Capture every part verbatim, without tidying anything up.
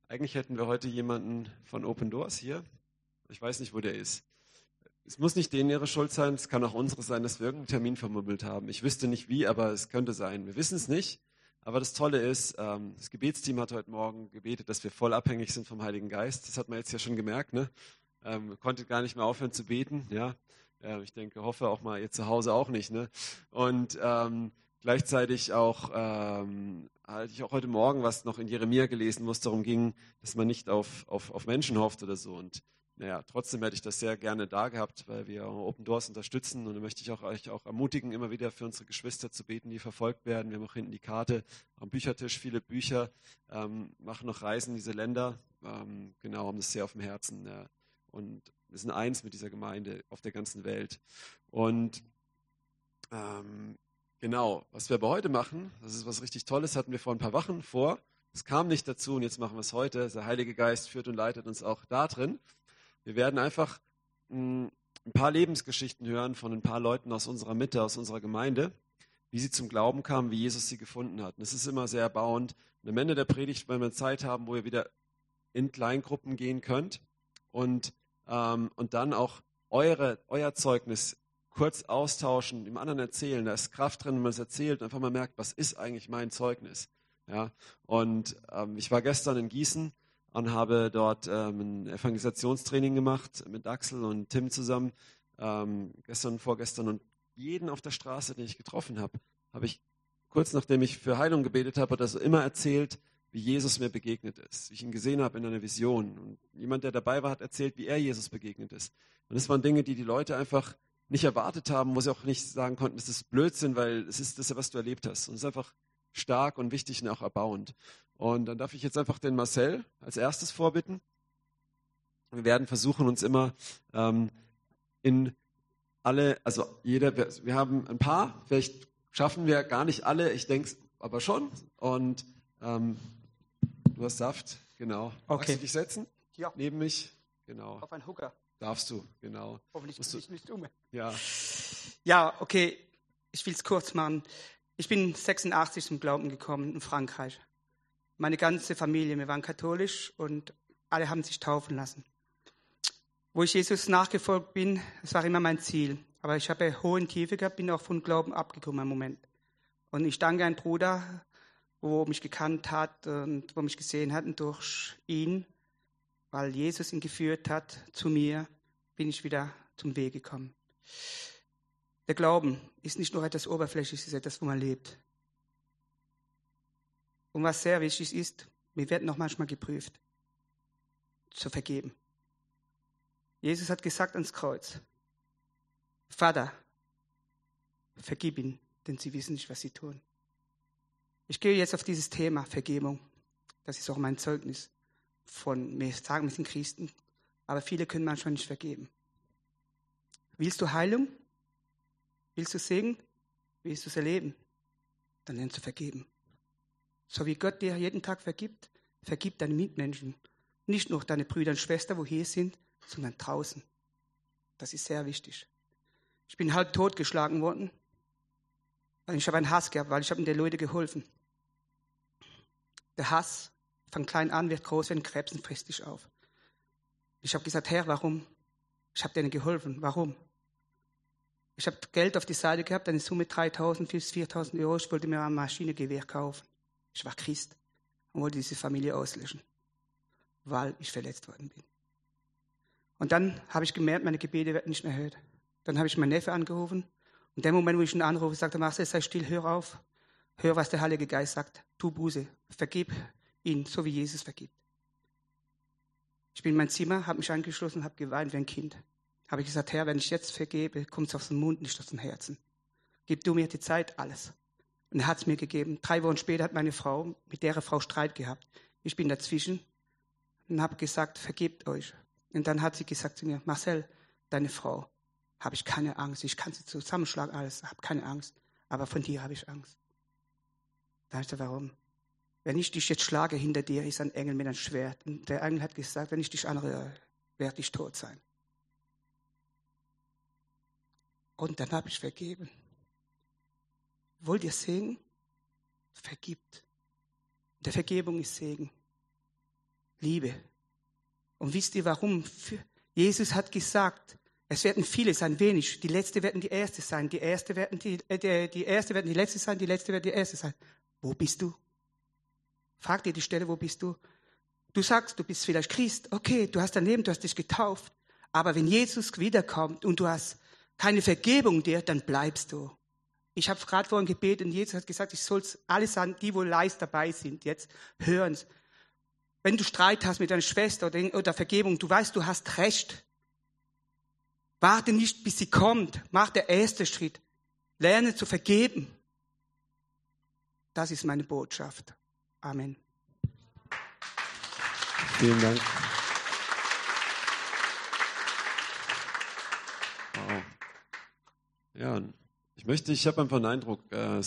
Eigentlich hätten wir heute jemanden von Open Doors hier. Ich weiß nicht, wo der ist. Es muss nicht denen ihre Schuld sein, es kann auch unsere sein, dass wir irgendeinen Termin vermummelt haben. Ich wüsste nicht wie, aber es könnte sein. Wir wissen es nicht. Aber das Tolle ist, ähm, das Gebetsteam hat heute Morgen gebetet, dass wir voll abhängig sind vom Heiligen Geist. Das hat man jetzt ja schon gemerkt. Ne? Ähm, konnte gar nicht mehr aufhören zu beten. Ja? Äh, ich denke, hoffe auch mal ihr zu Hause auch nicht. Ne? Und ähm, gleichzeitig auch ähm, halte ich auch heute Morgen, was noch in Jeremia gelesen, wo es darum ging, dass man nicht auf, auf, auf Menschen hofft oder so. Und naja, trotzdem hätte ich das sehr gerne da gehabt, weil wir Open Doors unterstützen. Und da möchte ich auch, euch auch ermutigen, immer wieder für unsere Geschwister zu beten, die verfolgt werden. Wir haben auch hinten die Karte am Büchertisch, viele Bücher, ähm, machen noch Reisen in diese Länder. Ähm, genau, haben das sehr auf dem Herzen. Ja. Und wir sind eins mit dieser Gemeinde auf der ganzen Welt. Und ähm, genau, was wir aber heute machen, das ist was richtig Tolles, hatten wir vor ein paar Wochen vor. Es kam nicht dazu und jetzt machen wir es heute. Der Heilige Geist führt und leitet uns auch da drin. Wir werden einfach mh, ein paar Lebensgeschichten hören von ein paar Leuten aus unserer Mitte, aus unserer Gemeinde, wie sie zum Glauben kamen, wie Jesus sie gefunden hat. Und es ist immer sehr erbauend. Und am Ende der Predigt werden wir Zeit haben, wo ihr wieder in Kleingruppen gehen könnt und, ähm, und dann auch eure, euer Zeugnis kurz austauschen, dem anderen erzählen. Da ist Kraft drin, wenn man es erzählt und einfach mal merkt, was ist eigentlich mein Zeugnis. Ja? Und ähm, ich war gestern in Gießen und habe dort ähm, ein Evangelisationstraining gemacht mit Axel und Tim zusammen, ähm, gestern und vorgestern. Und jeden auf der Straße, den ich getroffen habe, habe ich kurz nachdem ich für Heilung gebetet habe, hat er so immer erzählt, wie Jesus mir begegnet ist, wie ich ihn gesehen habe in einer Vision. Und jemand, der dabei war, hat erzählt, wie er Jesus begegnet ist. Und das waren Dinge, die die Leute einfach nicht erwartet haben, wo sie auch nicht sagen konnten, das ist Blödsinn, weil es ist das, was du erlebt hast. Und es ist einfach stark und wichtig und auch erbauend. Und dann darf ich jetzt einfach den Marcel als erstes vorbitten. Wir werden versuchen, uns immer ähm, in alle, also jeder, wir haben ein paar, vielleicht schaffen wir gar nicht alle, ich denke es aber schon. Und ähm, du hast Saft, genau. Okay. Magst du dich setzen? Ja. Neben mich? Genau. Auf einen Hooker. Darfst du, genau. Hoffentlich Musst bin du, ich nicht um. ja. Ja, okay. Ich will es kurz machen. Ich bin sechsundachtzig zum Glauben gekommen in Frankreich. Meine ganze Familie, wir waren katholisch und alle haben sich taufen lassen. Wo ich Jesus nachgefolgt bin, das war immer mein Ziel. Aber ich habe eine hohe Tiefe gehabt, bin auch von Glauben abgekommen im Moment. Und ich danke einem Bruder, wo mich gekannt hat und wo mich gesehen hat, und durch ihn, weil Jesus ihn geführt hat zu mir, bin ich wieder zum Weg gekommen. Der Glauben ist nicht nur etwas Oberflächliches, es ist etwas, wo man lebt. Und was sehr wichtig ist, wir werden auch manchmal geprüft, zu vergeben. Jesus hat gesagt ans Kreuz, Vater, vergib ihnen, denn sie wissen nicht, was sie tun. Ich gehe jetzt auf dieses Thema Vergebung. Das ist auch mein Zeugnis von, wir sagen, wir sind Christen, aber viele können manchmal nicht vergeben. Willst du Heilung? Willst du Segen? Willst du es erleben? Dann lernst du vergeben. So wie Gott dir jeden Tag vergibt, vergib deine Mitmenschen. Nicht nur deine Brüder und Schwestern, wo hier sind, sondern draußen. Das ist sehr wichtig. Ich bin halb totgeschlagen worden. Ich habe einen Hass gehabt, weil ich habe den Leuten geholfen. Der Hass von klein an wird groß, wenn Krebs und frisst dich auf. Ich habe gesagt, Herr, warum? Ich habe denen geholfen. Warum? Ich habe Geld auf die Seite gehabt, eine Summe dreitausend bis viertausend Euro. Ich wollte mir ein Maschinengewehr kaufen. Ich war Christ und wollte diese Familie auslöschen, weil ich verletzt worden bin. Und dann habe ich gemerkt, meine Gebete werden nicht mehr erhört. Dann habe ich meinen Neffe angerufen. Und in dem Moment, wo ich ihn anrufe, sagte er, Marcel, sei still, hör auf. Hör, was der Heilige Geist sagt. Tu Buße. Vergib ihn, so wie Jesus vergibt. Ich bin in mein Zimmer, habe mich angeschlossen, habe geweint wie ein Kind. Habe ich gesagt, Herr, wenn ich jetzt vergebe, kommt es aus dem Mund, nicht aus dem Herzen. Gib du mir die Zeit, alles. Und er hat es mir gegeben. Drei Wochen später hat meine Frau mit der Frau Streit gehabt. Ich bin dazwischen und habe gesagt, vergebt euch. Und dann hat sie gesagt zu mir, Marcel, deine Frau, habe ich keine Angst. Ich kann sie zusammenschlagen, alles, habe keine Angst. Aber von dir habe ich Angst. Da habe ich gesagt, warum? Wenn ich dich jetzt schlage, hinter dir ist ein Engel mit einem Schwert. Und der Engel hat gesagt, wenn ich dich anrühre, werde ich tot sein. Und dann habe ich vergeben. Wollt ihr Segen? Vergibt. Der Vergebung ist Segen. Liebe. Und wisst ihr warum? Jesus hat gesagt, es werden viele sein, wenig. Die Letzte werden die Erste sein. Die Erste werden die, äh, die Erste werden die Letzte sein. Die Letzte werden die Erste sein. Wo bist du? Frag dir die Stelle, wo bist du? Du sagst, du bist vielleicht Christ. Okay, du hast dein Leben, du hast dich getauft. Aber wenn Jesus wiederkommt und du hast keine Vergebung dir, dann bleibst du. Ich habe gerade vorhin gebetet und Jesus hat gesagt, ich soll es alle sagen, die, wo live dabei sind, jetzt hören. Wenn du Streit hast mit deiner Schwester oder, oder Vergebung, du weißt, du hast Recht. Warte nicht, bis sie kommt. Mach den ersten Schritt. Lerne zu vergeben. Das ist meine Botschaft. Amen. Vielen Dank. Wow. Ja, ich möchte, ich habe einfach einen Eindruck, äh,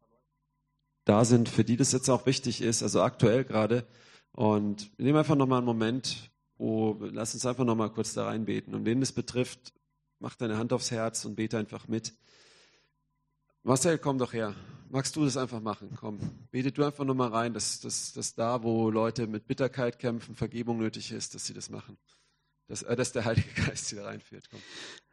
da sind, für die das jetzt auch wichtig ist, also aktuell gerade. Und wir nehmen einfach nochmal einen Moment, wo, lass uns einfach nochmal kurz da reinbeten. Und wen das betrifft, mach deine Hand aufs Herz und bete einfach mit. Marcel, komm doch her. Magst du das einfach machen? Komm, bete du einfach nochmal rein, dass, dass, dass da, wo Leute mit Bitterkeit kämpfen, Vergebung nötig ist, dass sie das machen. Dass, äh, dass der Heilige Geist sie da reinführt. Komm.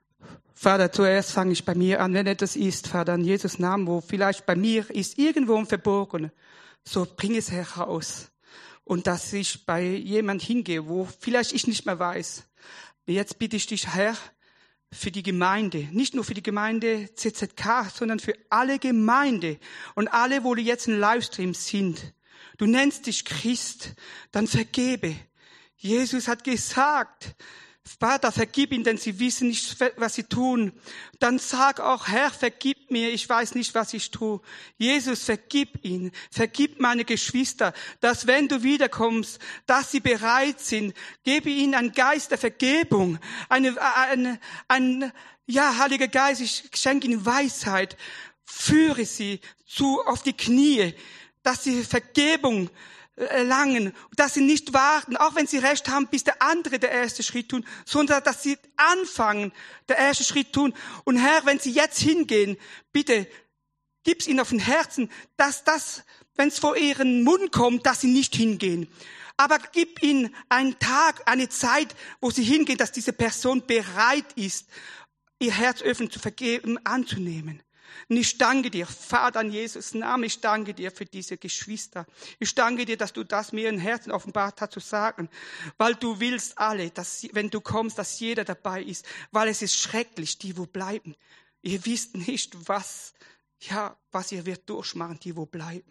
Vater, zuerst fange ich bei mir an, wenn etwas ist, Vater, in Jesus Namen, wo vielleicht bei mir ist, irgendwo im Verborgenen, so bring es heraus. Und dass ich bei jemand hingehe, wo vielleicht ich nicht mehr weiß. Jetzt bitte ich dich, Herr, für die Gemeinde, nicht nur für die Gemeinde Z Z K, sondern für alle Gemeinde und alle, wo die jetzt im Livestream sind. Du nennst dich Christ, dann vergebe. Jesus hat gesagt, Vater, vergib ihnen, denn sie wissen nicht, was sie tun. Dann sag auch, Herr, vergib mir, ich weiß nicht, was ich tue. Jesus, vergib ihnen, vergib meine Geschwister, dass wenn du wiederkommst, dass sie bereit sind. Gebe ihnen einen Geist der Vergebung, eine, eine, ein, ja, Heiliger Geist, ich schenke ihnen Weisheit. Führe sie zu, auf die Knie, dass sie Vergebung erlangen, dass sie nicht warten, auch wenn sie Recht haben, bis der andere der erste Schritt tun, sondern dass sie anfangen, der erste Schritt tun. Und Herr, wenn sie jetzt hingehen, bitte gib's ihnen auf den Herzen, dass das, wenn es vor ihren Mund kommt, dass sie nicht hingehen. Aber gib ihnen einen Tag, eine Zeit, wo sie hingehen, dass diese Person bereit ist, ihr Herz öffnen zu vergeben, anzunehmen. Und ich danke dir, Vater, in Jesus' Namen, ich danke dir für diese Geschwister. Ich danke dir, dass du das mir im Herzen offenbart hast zu sagen, weil du willst alle, dass, wenn du kommst, dass jeder dabei ist, weil es ist schrecklich, die, wo bleiben. Ihr wisst nicht, was, ja, was ihr wird durchmachen, die, wo bleiben.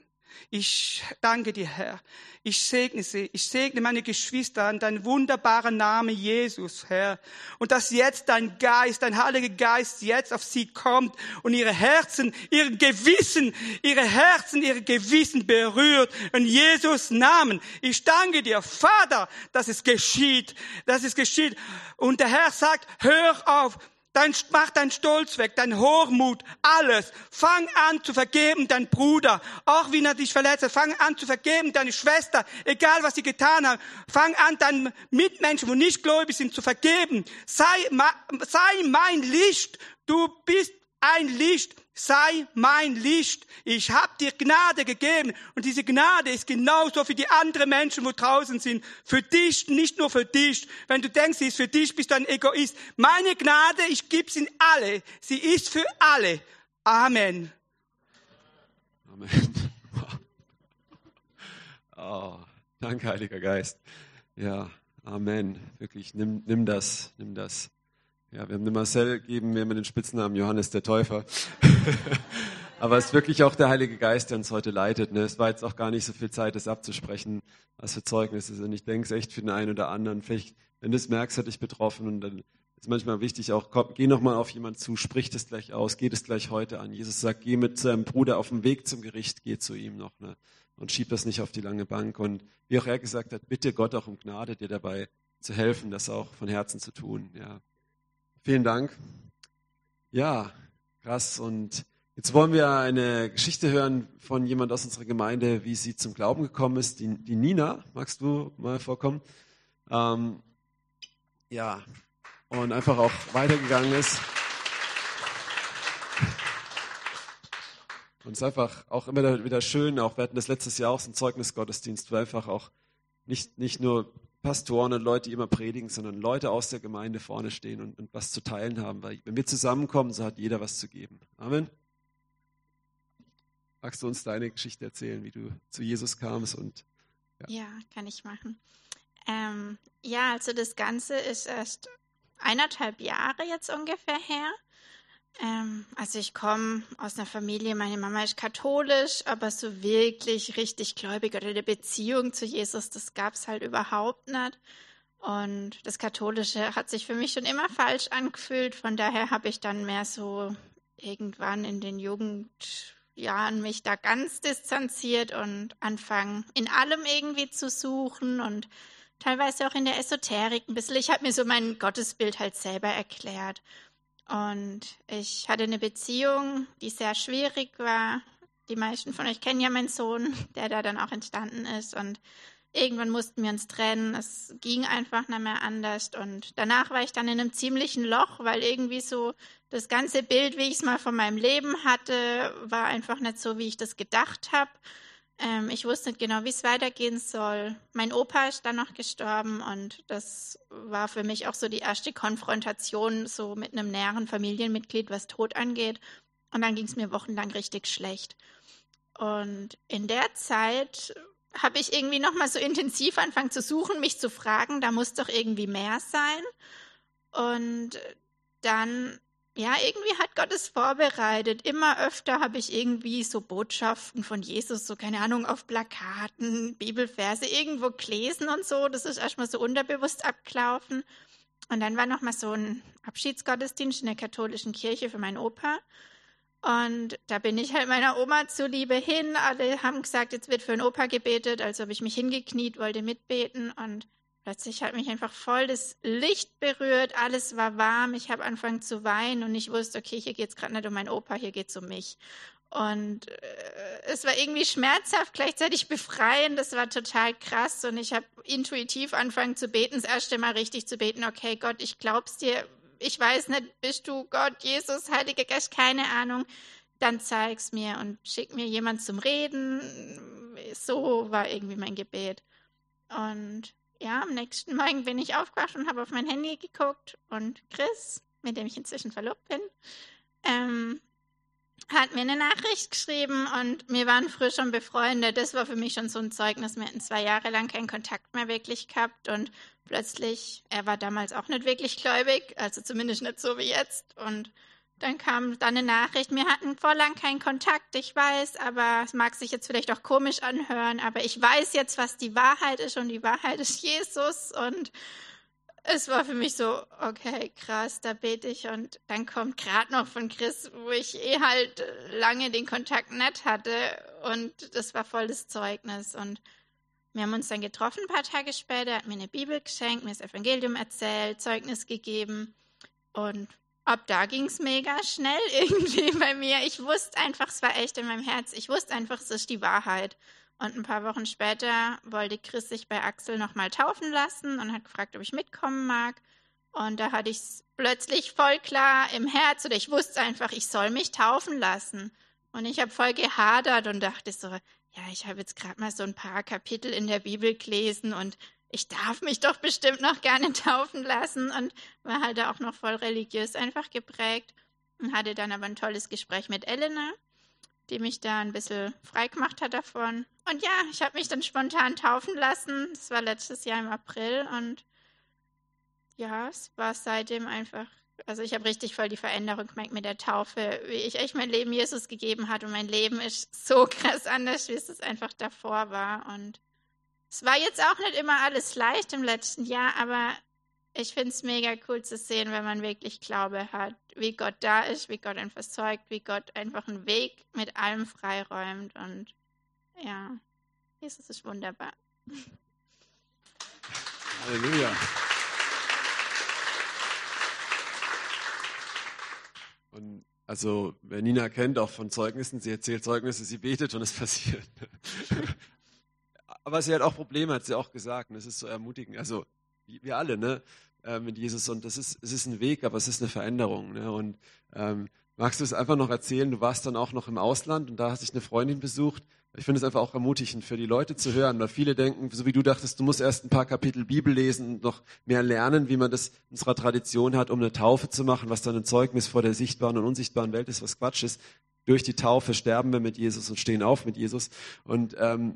Ich danke dir, Herr. Ich segne sie. Ich segne meine Geschwister an deinen wunderbaren Namen Jesus, Herr. Und dass jetzt dein Geist, dein Heiliger Geist jetzt auf sie kommt und ihre Herzen, ihr Gewissen, ihre Herzen, ihre Gewissen berührt. In Jesus Namen. Ich danke dir, Vater, dass es geschieht, dass es geschieht. Und der Herr sagt, hör auf. Dein, mach deinen Stolz weg, dein Hochmut, alles. Fang an zu vergeben, dein Bruder, auch wenn er dich verletzt hat. Fang an zu vergeben, deine Schwester, egal was sie getan haben. Fang an, deinen Mitmenschen, die nicht gläubig sind, zu vergeben. Sei, sei mein Licht. Du bist ein Licht. Sei mein Licht. Ich habe dir Gnade gegeben. Und diese Gnade ist genauso für die anderen Menschen, wo draußen sind. Für dich, nicht nur für dich. Wenn du denkst, sie ist für dich, bist du ein Egoist. Meine Gnade, ich gebe sie alle. Sie ist für alle. Amen. Amen. Oh, danke, Heiliger Geist. Ja, Amen. Wirklich, nimm, nimm das, nimm das. Ja, wir haben dem Marcel gegeben, wir haben den Spitznamen Johannes der Täufer. Aber es ist wirklich auch der Heilige Geist, der uns heute leitet. Ne? Es war jetzt auch gar nicht so viel Zeit, das abzusprechen, was für Zeugnis ist. Und ich denke es echt für den einen oder anderen. Vielleicht, wenn du es merkst, hat dich betroffen. Und dann ist es manchmal wichtig auch, komm, geh nochmal auf jemanden zu, sprich das gleich aus, geh das gleich heute an. Jesus sagt, geh mit seinem Bruder auf dem Weg zum Gericht, geh zu ihm noch. Ne? Und schieb das nicht auf die lange Bank. Und wie auch er gesagt hat, bitte Gott auch um Gnade, dir dabei zu helfen, das auch von Herzen zu tun. Ja. Vielen Dank. Ja, krass. Und jetzt wollen wir eine Geschichte hören von jemand aus unserer Gemeinde, wie sie zum Glauben gekommen ist. Die, die Nina, magst du mal vorkommen? Ähm, ja, und einfach auch weitergegangen ist. Und es ist einfach auch immer wieder schön, auch wir hatten das letztes Jahr auch so ein Zeugnisgottesdienst, wo einfach auch nicht, nicht nur Pastoren und Leute, die immer predigen, sondern Leute aus der Gemeinde vorne stehen und, und was zu teilen haben. Weil wenn wir zusammenkommen, so hat jeder was zu geben. Amen. Magst du uns deine Geschichte erzählen, wie du zu Jesus kamst? Und ja, ja kann ich machen. Ähm, ja, also das Ganze ist erst eineinhalb Jahre jetzt ungefähr her. Ähm, also ich komme aus einer Familie, meine Mama ist katholisch, aber so wirklich richtig gläubig oder eine Beziehung zu Jesus, das gab es halt überhaupt nicht. Und das Katholische hat sich für mich schon immer falsch angefühlt. Von daher habe ich dann mehr so irgendwann in den Jugendjahren mich da ganz distanziert und anfangen, in allem irgendwie zu suchen und teilweise auch in der Esoterik ein bisschen. Ich habe mir so mein Gottesbild halt selber erklärt. Und ich hatte eine Beziehung, die sehr schwierig war. Die meisten von euch kennen ja meinen Sohn, der da dann auch entstanden ist. Und irgendwann mussten wir uns trennen. Es ging einfach nicht mehr anders. Und danach war ich dann in einem ziemlichen Loch, weil irgendwie so das ganze Bild, wie ich es mal von meinem Leben hatte, war einfach nicht so, wie ich das gedacht habe. Ähm, ich wusste nicht genau, wie es weitergehen soll. Mein Opa ist dann noch gestorben und das war für mich auch so die erste Konfrontation so mit einem näheren Familienmitglied, was Tod angeht. Und dann ging es mir wochenlang richtig schlecht. Und in der Zeit habe ich irgendwie nochmal so intensiv angefangen zu suchen, mich zu fragen, da muss doch irgendwie mehr sein. Und dann... Ja, irgendwie hat Gott es vorbereitet. Immer öfter habe ich irgendwie so Botschaften von Jesus, so keine Ahnung, auf Plakaten, Bibelverse irgendwo gelesen und so. Das ist erstmal so unterbewusst abgelaufen. Und dann war nochmal so ein Abschiedsgottesdienst in der katholischen Kirche für meinen Opa. Und da bin ich halt meiner Oma zuliebe hin. Alle haben gesagt, jetzt wird für den Opa gebetet, also habe ich mich hingekniet, wollte mitbeten und plötzlich hat mich einfach voll das Licht berührt, alles war warm, ich habe angefangen zu weinen und ich wusste, okay, hier geht es gerade nicht um meinen Opa, hier geht es um mich. Und äh, es war irgendwie schmerzhaft, gleichzeitig befreiend, das war total krass und ich habe intuitiv angefangen zu beten, das erste Mal richtig zu beten, okay Gott, ich glaub's dir, ich weiß nicht, bist du Gott, Jesus, Heiliger Geist, keine Ahnung, dann zeig's mir und schick mir jemand zum Reden, so war irgendwie mein Gebet. Und ja, am nächsten Morgen bin ich aufgewacht und habe auf mein Handy geguckt und Chris, mit dem ich inzwischen verlobt bin, ähm, hat mir eine Nachricht geschrieben und wir waren früher schon befreundet. Das war für mich schon so ein Zeugnis. Wir hatten zwei Jahre lang keinen Kontakt mehr wirklich gehabt und plötzlich, er war damals auch nicht wirklich gläubig, also zumindest nicht so wie jetzt und dann kam dann eine Nachricht, wir hatten vor lang keinen Kontakt, ich weiß, aber es mag sich jetzt vielleicht auch komisch anhören, aber ich weiß jetzt, was die Wahrheit ist und die Wahrheit ist Jesus und es war für mich so, okay, krass, da bete ich und dann kommt gerade noch von Chris, wo ich eh halt lange den Kontakt nicht hatte und das war voll das Zeugnis und wir haben uns dann getroffen ein paar Tage später, er hat mir eine Bibel geschenkt, mir das Evangelium erzählt, Zeugnis gegeben und ab da ging es mega schnell irgendwie bei mir. Ich wusste einfach, es war echt in meinem Herz, ich wusste einfach, es ist die Wahrheit. Und ein paar Wochen später wollte Chris sich bei Axel nochmal taufen lassen und hat gefragt, ob ich mitkommen mag. Und da hatte ich es plötzlich voll klar im Herz oder ich wusste einfach, ich soll mich taufen lassen. Und ich habe voll gehadert und dachte so, ja, ich habe jetzt gerade mal so ein paar Kapitel in der Bibel gelesen und ich darf mich doch bestimmt noch gerne taufen lassen und war halt auch noch voll religiös einfach geprägt und hatte dann aber ein tolles Gespräch mit Elena, die mich da ein bisschen frei gemacht hat davon. Und ja, ich habe mich dann spontan taufen lassen. Das war letztes Jahr im April und ja, es war seitdem einfach, also ich habe richtig voll die Veränderung gemerkt mit der Taufe, wie ich echt mein Leben Jesus gegeben hat und mein Leben ist so krass anders, wie es das einfach davor war und es war jetzt auch nicht immer alles leicht im letzten Jahr, aber ich finde es mega cool zu sehen, wenn man wirklich Glaube hat, wie Gott da ist, wie Gott einen versorgt, wie Gott einfach einen Weg mit allem freiräumt. Und ja, Jesus ist wunderbar. Halleluja. Und also, wer Nina kennt, auch von Zeugnissen, sie erzählt Zeugnisse, sie betet und es passiert. Aber sie hat auch Probleme, hat sie auch gesagt. Und das ist so ermutigend. Also wir alle, ne, äh, mit Jesus. Und das ist, es ist ein Weg, aber es ist eine Veränderung. Ne? Und ähm, magst du es einfach noch erzählen? Du warst dann auch noch im Ausland und da hast dich eine Freundin besucht. Ich finde es einfach auch ermutigend für die Leute zu hören, weil viele denken, so wie du dachtest, du musst erst ein paar Kapitel Bibel lesen und noch mehr lernen, wie man das in unserer Tradition hat, um eine Taufe zu machen, was dann ein Zeugnis vor der sichtbaren und unsichtbaren Welt ist, was Quatsch ist. Durch die Taufe sterben wir mit Jesus und stehen auf mit Jesus. Und ähm,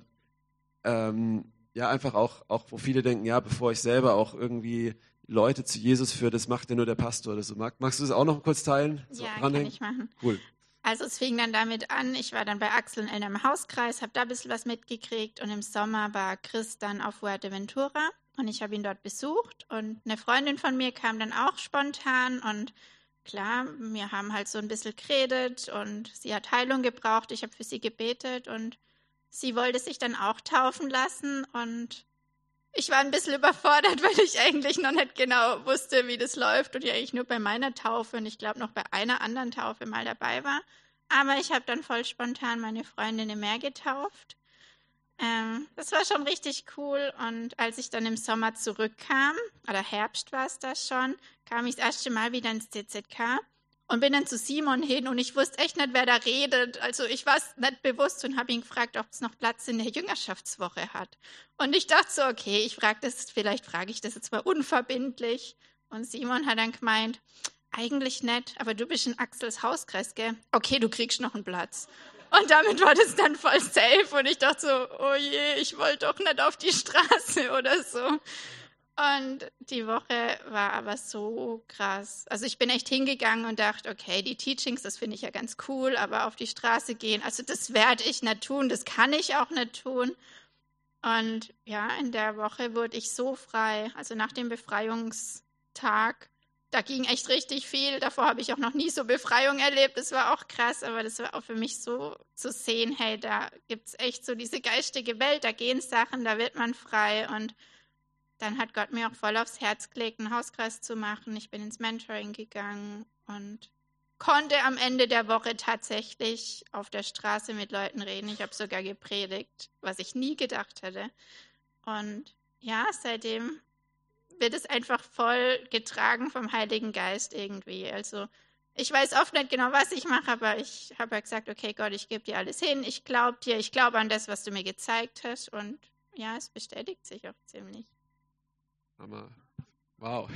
ähm, ja, einfach auch, auch, wo viele denken, ja, bevor ich selber auch irgendwie Leute zu Jesus führe, das macht ja nur der Pastor oder so. Mag, magst du das auch noch kurz teilen? So Ja, dranhängen? kann ich machen. Cool. Also es fing dann damit an, ich war dann bei Axel und Elna im Hauskreis, habe da ein bisschen was mitgekriegt und im Sommer war Chris dann auf Fuerteventura und ich habe ihn dort besucht und eine Freundin von mir kam dann auch spontan und klar, wir haben halt so ein bisschen geredet und sie hat Heilung gebraucht, ich habe für sie gebetet und sie wollte sich dann auch taufen lassen und ich war ein bisschen überfordert, weil ich eigentlich noch nicht genau wusste, wie das läuft und ich eigentlich nur bei meiner Taufe und ich glaube noch bei einer anderen Taufe mal dabei war. Aber ich habe dann voll spontan meine Freundin im Meer getauft. Ähm, das war schon richtig cool und als ich dann im Sommer zurückkam, oder Herbst war es da schon, kam ich das erste Mal wieder ins C Z K und bin dann zu Simon hin und ich wusste echt nicht, wer da redet. Also ich war es nicht bewusst und habe ihn gefragt, ob es noch Platz in der Jüngerschaftswoche hat. Und ich dachte so, okay, ich frage das, vielleicht frage ich das jetzt mal unverbindlich. Und Simon hat dann gemeint, eigentlich nicht, aber du bist in Axels Hauskreis, gell? Okay, du kriegst noch einen Platz. Und damit war das dann voll safe und ich dachte so, oh je, ich wollte doch nicht auf die Straße oder so. Und die Woche war aber so krass. Also ich bin echt hingegangen und dachte, okay, die Teachings, das finde ich ja ganz cool, aber auf die Straße gehen, also das werde ich nicht tun, das kann ich auch nicht tun. Und ja, in der Woche wurde ich so frei. Also nach dem Befreiungstag, da ging echt richtig viel. Davor habe ich auch noch nie so Befreiung erlebt. Das war auch krass, aber das war auch für mich so zu sehen, hey, da gibt es echt so diese geistige Welt, da gehen Sachen, da wird man frei und dann hat Gott mir auch voll aufs Herz gelegt, einen Hauskreis zu machen. Ich bin ins Mentoring gegangen und konnte am Ende der Woche tatsächlich auf der Straße mit Leuten reden. Ich habe sogar gepredigt, was ich nie gedacht hätte. Und ja, seitdem wird es einfach voll getragen vom Heiligen Geist irgendwie. Also ich weiß oft nicht genau, was ich mache, aber ich habe ja gesagt, okay Gott, ich gebe dir alles hin. Ich glaube dir, ich glaube an das, was du mir gezeigt hast. Und ja, es bestätigt sich auch ziemlich. Hammer. Wow.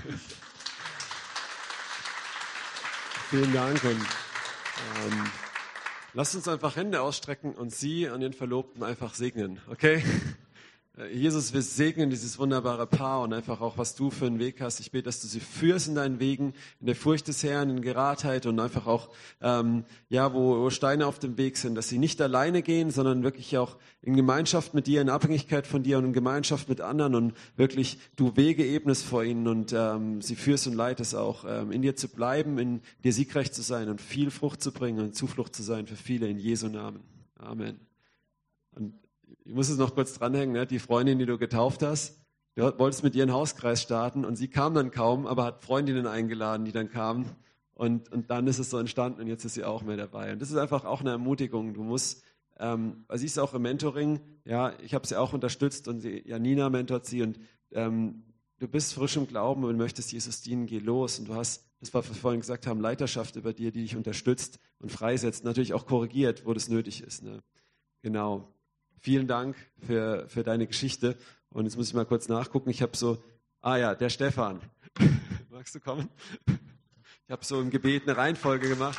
Vielen Dank und ähm, lasst uns einfach Hände ausstrecken und Sie an den Verlobten einfach segnen, okay? Jesus, wir segnen dieses wunderbare Paar und einfach auch, was du für einen Weg hast. Ich bete, dass du sie führst in deinen Wegen, in der Furcht des Herrn, in Geradheit und einfach auch, ähm, ja, wo, wo Steine auf dem Weg sind, dass sie nicht alleine gehen, sondern wirklich auch in Gemeinschaft mit dir, in Abhängigkeit von dir und in Gemeinschaft mit anderen und wirklich du Wege ebnest vor ihnen und ähm, sie führst und leitest auch, ähm, in dir zu bleiben, in dir siegreich zu sein und viel Frucht zu bringen und Zuflucht zu sein für viele in Jesu Namen. Amen. Und ich muss es noch kurz dranhängen, ne? Die Freundin, die du getauft hast, du wolltest mit ihr einen Hauskreis starten und sie kam dann kaum, aber hat Freundinnen eingeladen, die dann kamen und, und dann ist es so entstanden und jetzt ist sie auch mehr dabei. Und das ist einfach auch eine Ermutigung. Du musst, ähm, weil sie ist auch im Mentoring, ja, ich habe sie auch unterstützt und sie, Janina mentort sie und ähm, du bist frisch im Glauben und möchtest Jesus dienen, geh los und du hast, das was wir vorhin gesagt haben, Leiterschaft über dir, die dich unterstützt und freisetzt, natürlich auch korrigiert, wo das nötig ist. Ne? Genau. Vielen Dank für, für deine Geschichte. Und jetzt muss ich mal kurz nachgucken. Ich habe so, ah ja, der Stefan. Magst du kommen? Ich habe so im Gebet eine Reihenfolge gemacht.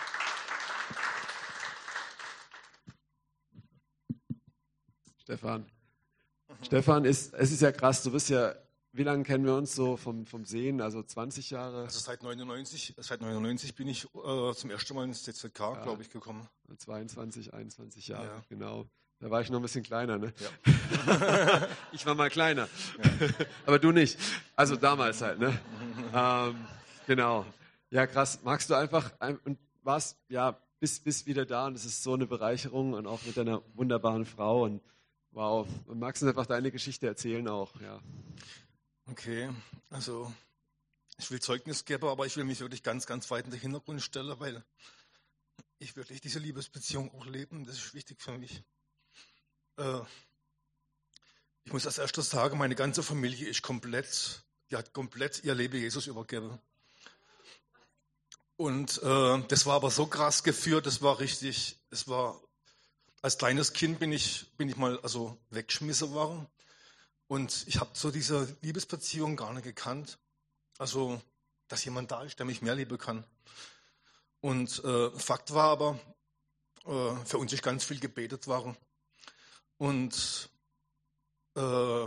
Stefan. Stefan ist, es ist ja krass, du bist ja, wie lange kennen wir uns so vom, vom Sehen? Also zwanzig Jahre? Also seit neunundneunzig, seit neunundneunzig bin ich äh, zum ersten Mal ins C Z K, ja, glaube ich, gekommen. zweiundzwanzig, einundzwanzig Jahre, ja. Genau. Da war ich noch ein bisschen kleiner, ne? Ja. Ich war mal kleiner. Ja. Aber du nicht. Also damals halt, ne? ähm, genau. Ja, krass. Magst du einfach, und warst, ja, bist, bist wieder da und es ist so eine Bereicherung und auch mit deiner wunderbaren Frau und wow. Und magst du uns einfach deine Geschichte erzählen auch, ja. Okay, also ich will Zeugnis geben, aber ich will mich wirklich ganz, ganz weit in den Hintergrund stellen, weil ich wirklich diese Liebesbeziehung auch leben. Das ist wichtig für mich. Ich muss als erstes sagen, meine ganze Familie ist komplett, die hat komplett ihr Leben Jesus übergeben. Und äh, das war aber so krass geführt, das war richtig, das war, als kleines Kind bin ich, bin ich mal also weggeschmissen worden. Und ich habe so diese Liebesbeziehung gar nicht gekannt. Also, dass jemand da ist, der mich mehr lieben kann. Und äh, Fakt war aber, äh, für uns ist ganz viel gebetet worden. Und äh,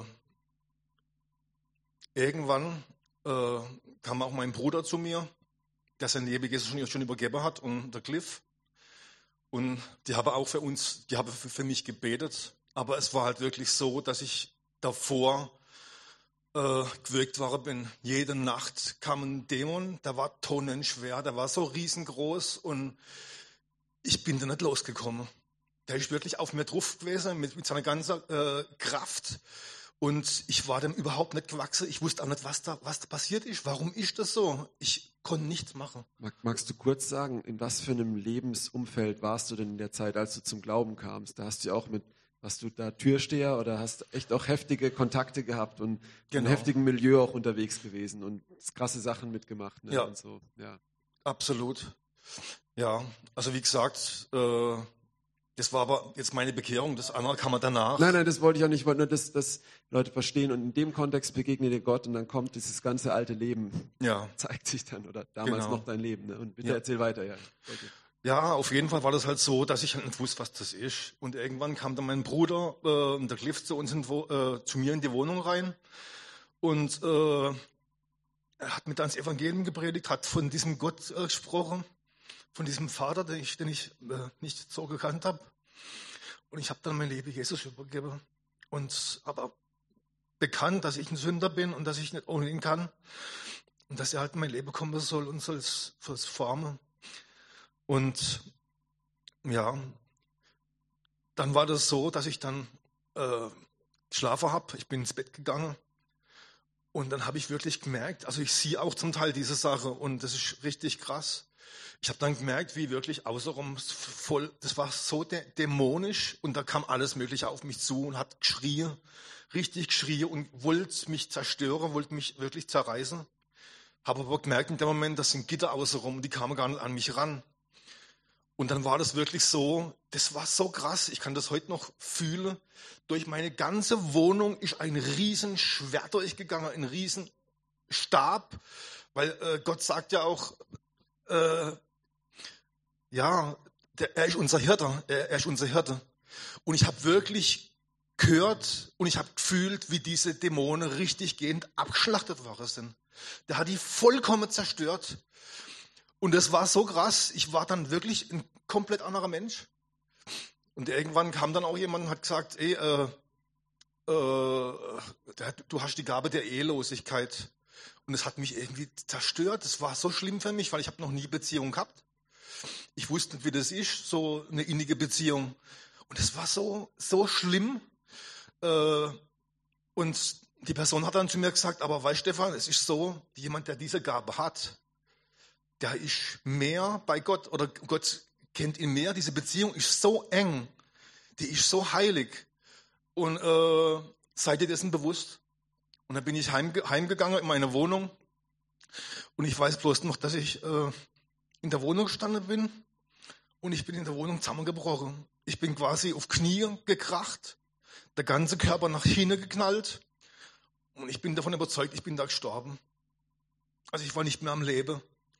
irgendwann äh, kam auch mein Bruder zu mir, der sein Leben Jesus schon, schon übergeben hat, und der Cliff. Und die haben auch für uns, die haben für, für mich gebetet. Aber es war halt wirklich so, dass ich davor äh, gewirkt worden bin. Jede Nacht kam ein Dämon, der war tonnenschwer, der war so riesengroß, und ich bin da nicht losgekommen. Der ist wirklich auf mir drauf gewesen mit, mit seiner ganzen äh, Kraft, und ich war dem überhaupt nicht gewachsen. Ich wusste auch nicht, was da, was da passiert ist. Warum ist das so? Ich konnte nichts machen. Magst du kurz sagen, in was für einem Lebensumfeld warst du denn in der Zeit, als du zum Glauben kamst? Da hast du auch mit Warst du da Türsteher oder hast echt auch heftige Kontakte gehabt und Genau. in heftigem Milieu auch unterwegs gewesen und krasse Sachen mitgemacht? Ne? Ja. Und so. Ja. Absolut. Ja, also wie gesagt, äh, das war aber jetzt meine Bekehrung. Das andere kann man danach. Nein, nein, das wollte ich auch nicht. Ich wollte nur, dass, dass Leute verstehen, und in dem Kontext begegnet dir Gott und dann kommt dieses ganze alte Leben, Ja. zeigt sich dann, oder damals Genau. noch dein Leben. Ne? Und bitte Ja. erzähl weiter. Ja. Bitte. Ja, auf jeden Fall war das halt so, dass ich halt nicht wusste, was das ist. Und irgendwann kam dann mein Bruder, äh, der Cliff, zu uns in, Wo- äh, zu mir in die Wohnung rein. Und äh, er hat mir dann das Evangelium gepredigt, hat von diesem Gott äh, gesprochen, von diesem Vater, den ich, den ich äh, nicht so gekannt habe. Und ich habe dann mein Leben Jesus übergeben. Und aber bekannt, dass ich ein Sünder bin und dass ich nicht ohne ihn kann. Und dass er halt in mein Leben kommen soll und soll es formen. Und ja, dann war das so, dass ich dann äh, geschlafen habe. Ich bin ins Bett gegangen, und dann habe ich wirklich gemerkt, also ich sehe auch zum Teil diese Sache, und das ist richtig krass. Ich habe dann gemerkt, wie wirklich außenrum voll, das war so dä- dämonisch, und da kam alles Mögliche auf mich zu und hat geschrien, richtig geschrien und wollte mich zerstören, wollte mich wirklich zerreißen. Habe aber gemerkt in dem Moment, das sind Gitter außenrum, die kamen gar nicht an mich ran. Und dann war das wirklich so, das war so krass, ich kann das heute noch fühlen. Durch meine ganze Wohnung ist ein riesen Schwert durchgegangen, ein riesen Stab, weil äh, Gott sagt ja auch, äh, ja, der, er ist unser Hirte, er, er ist unser Hirte. Und ich habe wirklich gehört und ich habe gefühlt, wie diese Dämonen richtig gehend abgeschlachtet worden sind. Der hat die vollkommen zerstört. Und das war so krass, ich war dann wirklich ein komplett anderer Mensch. Und irgendwann kam dann auch jemand und hat gesagt, ey, äh, äh, du hast die Gabe der Ehelosigkeit. Und es hat mich irgendwie zerstört. Das war so schlimm für mich, weil ich habe noch nie Beziehung gehabt. Ich wusste nicht, wie das ist, so eine innige Beziehung. Und es war so, so schlimm. Äh, und die Person hat dann zu mir gesagt, aber weißt Stefan, es ist so, jemand, der diese Gabe hat, der ist mehr bei Gott, oder Gott kennt ihn mehr. Diese Beziehung ist so eng, die ist so heilig. Und äh, seid ihr dessen bewusst? Und dann bin ich heimge- heimgegangen in meine Wohnung. Und ich weiß bloß noch, dass ich äh, in der Wohnung gestanden bin. Und ich bin in der Wohnung zusammengebrochen. Ich bin quasi auf Knie gekracht, der ganze Körper nach hinten geknallt. Und ich bin davon überzeugt, ich bin da gestorben. Also ich war nicht mehr am Leben.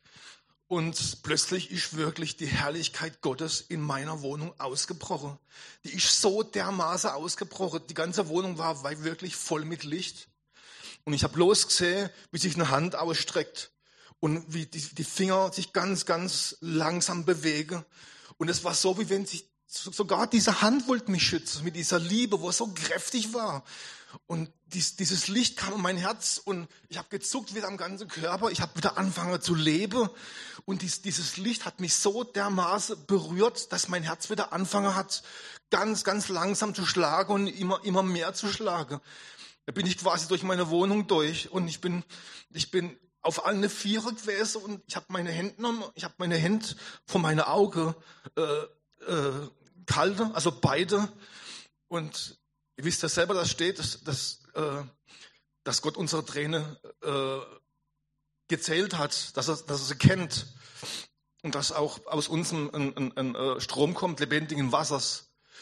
Und plötzlich ist wirklich die Herrlichkeit Gottes in meiner Wohnung ausgebrochen. Die ist so dermaßen ausgebrochen. Die ganze Wohnung war wirklich voll mit Licht. Und ich habe bloß gesehen, wie sich eine Hand ausstreckt und wie die, die Finger sich ganz, ganz langsam bewegen. Und es war so, wie wenn sich sogar diese Hand wollte mich schützen, mit dieser Liebe, wo es so kräftig war. Und dies, dieses Licht kam in mein Herz und ich habe gezuckt wieder am ganzen Körper. Ich habe wieder angefangen zu leben. Und dies, dieses Licht hat mich so dermaßen berührt, dass mein Herz wieder angefangen hat, ganz, ganz langsam zu schlagen und immer, immer mehr zu schlagen. Da bin ich quasi durch meine Wohnung durch und ich bin, ich bin auf alle Viere gewesen und ich habe meine Hände genommen, ich habe meine Hände vor meine Augen äh, äh, gehalten, also beide. Und ihr wisst ja selber, da steht, dass, dass, äh, dass Gott unsere Tränen äh, gezählt hat, dass er, dass er sie kennt und dass auch aus uns ein, ein, ein Strom kommt, lebendigen Wassers.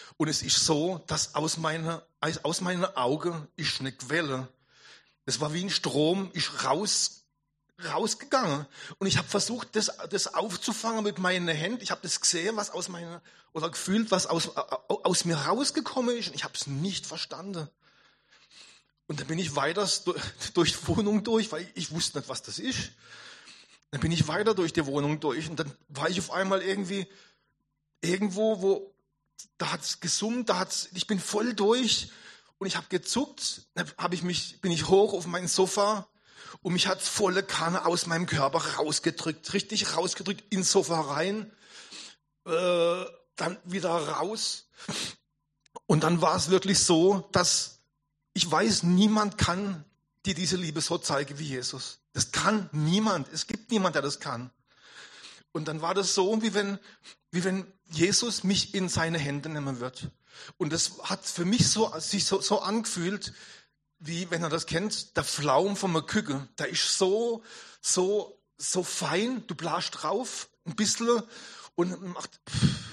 Und es ist so, dass aus meiner, aus meinen Augen ist eine Quelle. Es war wie ein Strom, ist raus, rausgegangen. Und ich habe versucht, das, das aufzufangen mit meinen Händen. Ich habe das gesehen, was aus meiner, oder gefühlt, was aus, aus mir rausgekommen ist. Und ich habe es nicht verstanden. Und dann bin ich weiter durch die Wohnung durch, weil ich wusste nicht, was das ist. Dann bin ich weiter durch die Wohnung durch und dann war ich auf einmal irgendwie irgendwo, wo da hat's gesummt, da hat's, ich bin voll durch und ich habe gezuckt, dann hab ich mich, bin ich hoch auf mein Sofa und mich hat volle Kanne aus meinem Körper rausgedrückt, richtig rausgedrückt ins Sofa rein, äh, dann wieder raus und dann war es wirklich so, dass ich weiß, niemand kann dir diese Liebe so zeigen wie Jesus. Das kann niemand. Es gibt niemand, der das kann. Und dann war das so, wie wenn, wie wenn Jesus mich in seine Hände nehmen wird. Und das hat für mich so, sich so, so angefühlt, wie, wenn ihr das kennt, der Pflaum von einer Küche. Der ist so, so, so fein. Du blasst drauf ein bisschen und macht,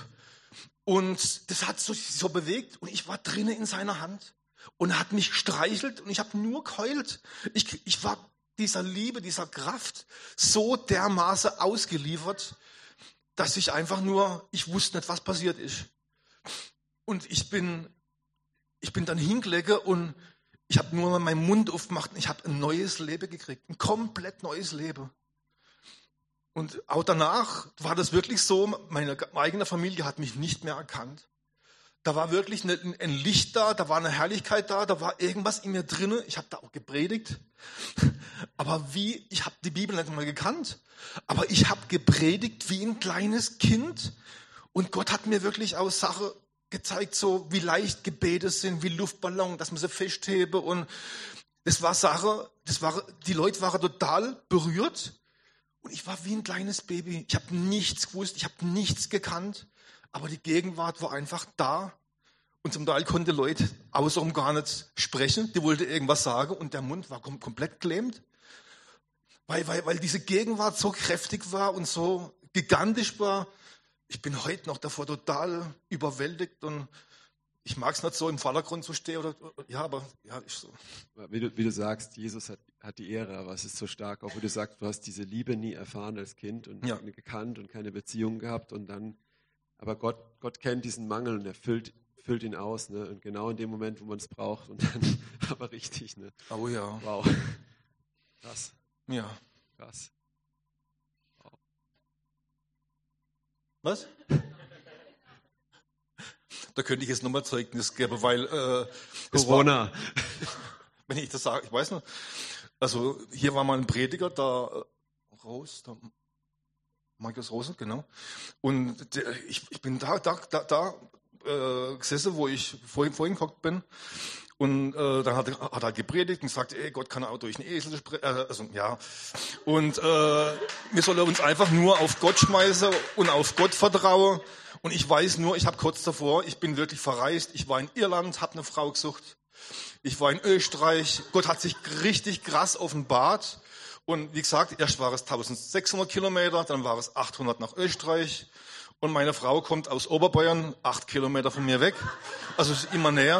und das hat so, so bewegt und ich war drinnen in seiner Hand. Und er hat mich gestreichelt und ich habe nur geheult. Ich, ich war dieser Liebe, dieser Kraft so dermaßen ausgeliefert, dass ich einfach nur, ich wusste nicht, was passiert ist. Und ich bin, ich bin dann hingelegt und ich habe nur mal meinen Mund aufgemacht und ich habe ein neues Leben gekriegt, ein komplett neues Leben. Und auch danach war das wirklich so, meine eigene Familie hat mich nicht mehr erkannt. Da war wirklich eine, ein Licht da, da war eine Herrlichkeit da, da war irgendwas in mir drin. Ich habe da auch gepredigt. Aber wie, ich habe die Bibel nicht mal gekannt, aber ich habe gepredigt wie ein kleines Kind. Und Gott hat mir wirklich auch Sachen gezeigt, so wie leicht Gebete sind, wie Luftballon, dass man sie festhebe. Und das war Sache, das war, die Leute waren total berührt. Und ich war wie ein kleines Baby. Ich habe nichts gewusst, ich habe nichts gekannt. Aber die Gegenwart war einfach da. Und zum Teil konnten Leute außenrum gar nicht sprechen. Die wollten irgendwas sagen und der Mund war kom- komplett gelähmt. Weil, weil, weil diese Gegenwart so kräftig war und so gigantisch war. Ich bin heute noch davor total überwältigt und ich mag es nicht so im Vordergrund zu stehen. Oder, ja, aber ja, ist so. Wie du, wie du sagst, Jesus hat, hat die Ehre, aber es ist so stark. Auch wie du sagst, du hast diese Liebe nie erfahren als Kind und Ja. nie gekannt und keine Beziehung gehabt und dann. Aber Gott, Gott kennt diesen Mangel und er füllt, füllt ihn aus. Ne? Und genau in dem Moment, wo man es braucht. Und dann aber richtig. Ne? Oh ja. Wow. Krass. Ja. Krass. Was? Da könnte ich jetzt nochmal Zeugnis geben, weil äh, es Corona. war, wenn ich das sage, ich weiß nicht. Also hier war mal ein Prediger, da äh, Rose, da, Markus Rose, genau. Und der, ich, ich bin da, da, da, da äh, gesessen, wo ich vorhin, vorhin geguckt bin. Und äh, dann hat er hat er gepredigt und gesagt, ey, Gott kann auch durch einen Esel sprechen. Äh, also, ja. Und äh, wir sollen uns einfach nur auf Gott schmeißen und auf Gott vertrauen. Und ich weiß nur, ich habe kurz davor, ich bin wirklich verreist. Ich war in Irland, habe eine Frau gesucht. Ich war in Österreich. Gott hat sich richtig krass offenbart. Und wie gesagt, erst war es eintausendsechshundert Kilometer, dann war es achthundert nach Österreich. Und meine Frau kommt aus Oberbayern, acht Kilometer von mir weg. Also es ist immer näher.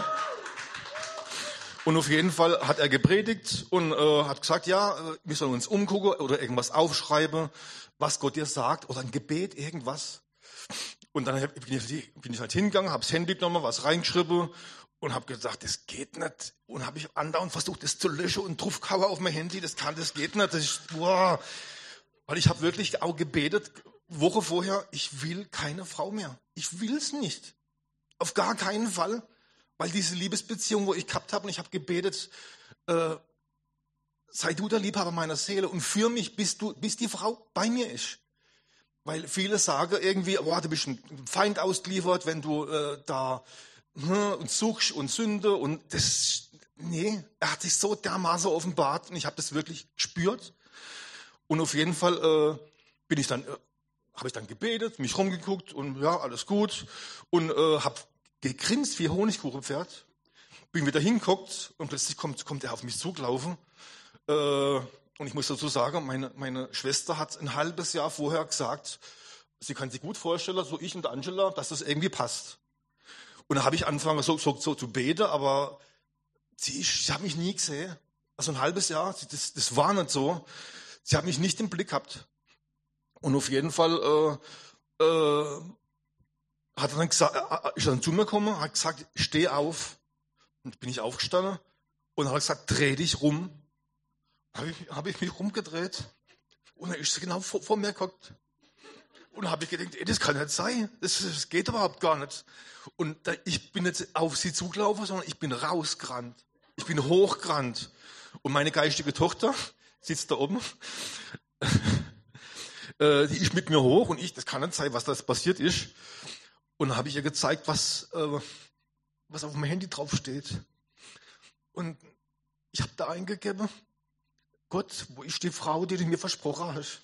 Und auf jeden Fall hat er gepredigt und äh, hat gesagt, ja, wir sollen uns umgucken oder irgendwas aufschreiben, was Gott dir sagt oder ein Gebet, irgendwas. Und dann bin ich, bin ich halt hingegangen, habe das Handy genommen, was reingeschrieben und habe gesagt, das geht nicht. Und habe ich andauernd versucht, das zu löschen und draufgehauen auf mein Handy, das kann, das geht nicht. Das ist, boah. Weil ich habe wirklich auch gebetet, Woche vorher, ich will keine Frau mehr. Ich will es nicht. Auf gar keinen Fall. Weil diese Liebesbeziehung, wo ich gehabt habe und ich habe gebetet, äh, sei du der Liebhaber meiner Seele und führ mich, bis, du, bis die Frau bei mir ist. Weil viele sagen irgendwie, oh, du bist ein Feind ausgeliefert, wenn du äh, da hm, und suchst und Sünde und das, nee, er hat sich so dermaßen offenbart und ich habe das wirklich gespürt. Und auf jeden Fall äh, bin ich dann, äh, habe ich dann gebetet, mich rumgeguckt und ja, alles gut und äh, habe gegrinst wie Honigkuchenpferd, bin wieder hingeguckt und plötzlich kommt, kommt er auf mich zugelaufen. Äh, und ich muss dazu sagen, meine, meine Schwester hat ein halbes Jahr vorher gesagt, sie kann sich gut vorstellen, so ich und Angela, dass das irgendwie passt. Und da habe ich angefangen so, so, so zu beten, aber sie, sie hat mich nie gesehen. Also ein halbes Jahr, das, das war nicht so. Sie hat mich nicht im Blick gehabt. Und auf jeden Fall äh, äh, hat er dann gesagt, äh, ist er dann zu mir gekommen, hat gesagt, steh auf. Und bin ich aufgestanden und er hat gesagt, dreh dich rum. Habe ich, hab ich mich rumgedreht und er ist sie genau vor, vor mir geguckt. Und dann habe ich gedacht, ey, das kann nicht sein, das, das geht überhaupt gar nicht. Und da, ich bin nicht auf sie zugelaufen, sondern ich bin rausgerannt. Ich bin hochgerannt. Und meine geistige Tochter sitzt da oben, äh, die ist mit mir hoch und ich, das kann nicht sein, was das passiert ist. Und dann habe ich ihr gezeigt, was, äh, was auf dem Handy draufsteht. Und ich habe da eingegeben, Gott, wo ist die Frau, die du mir versprochen hast?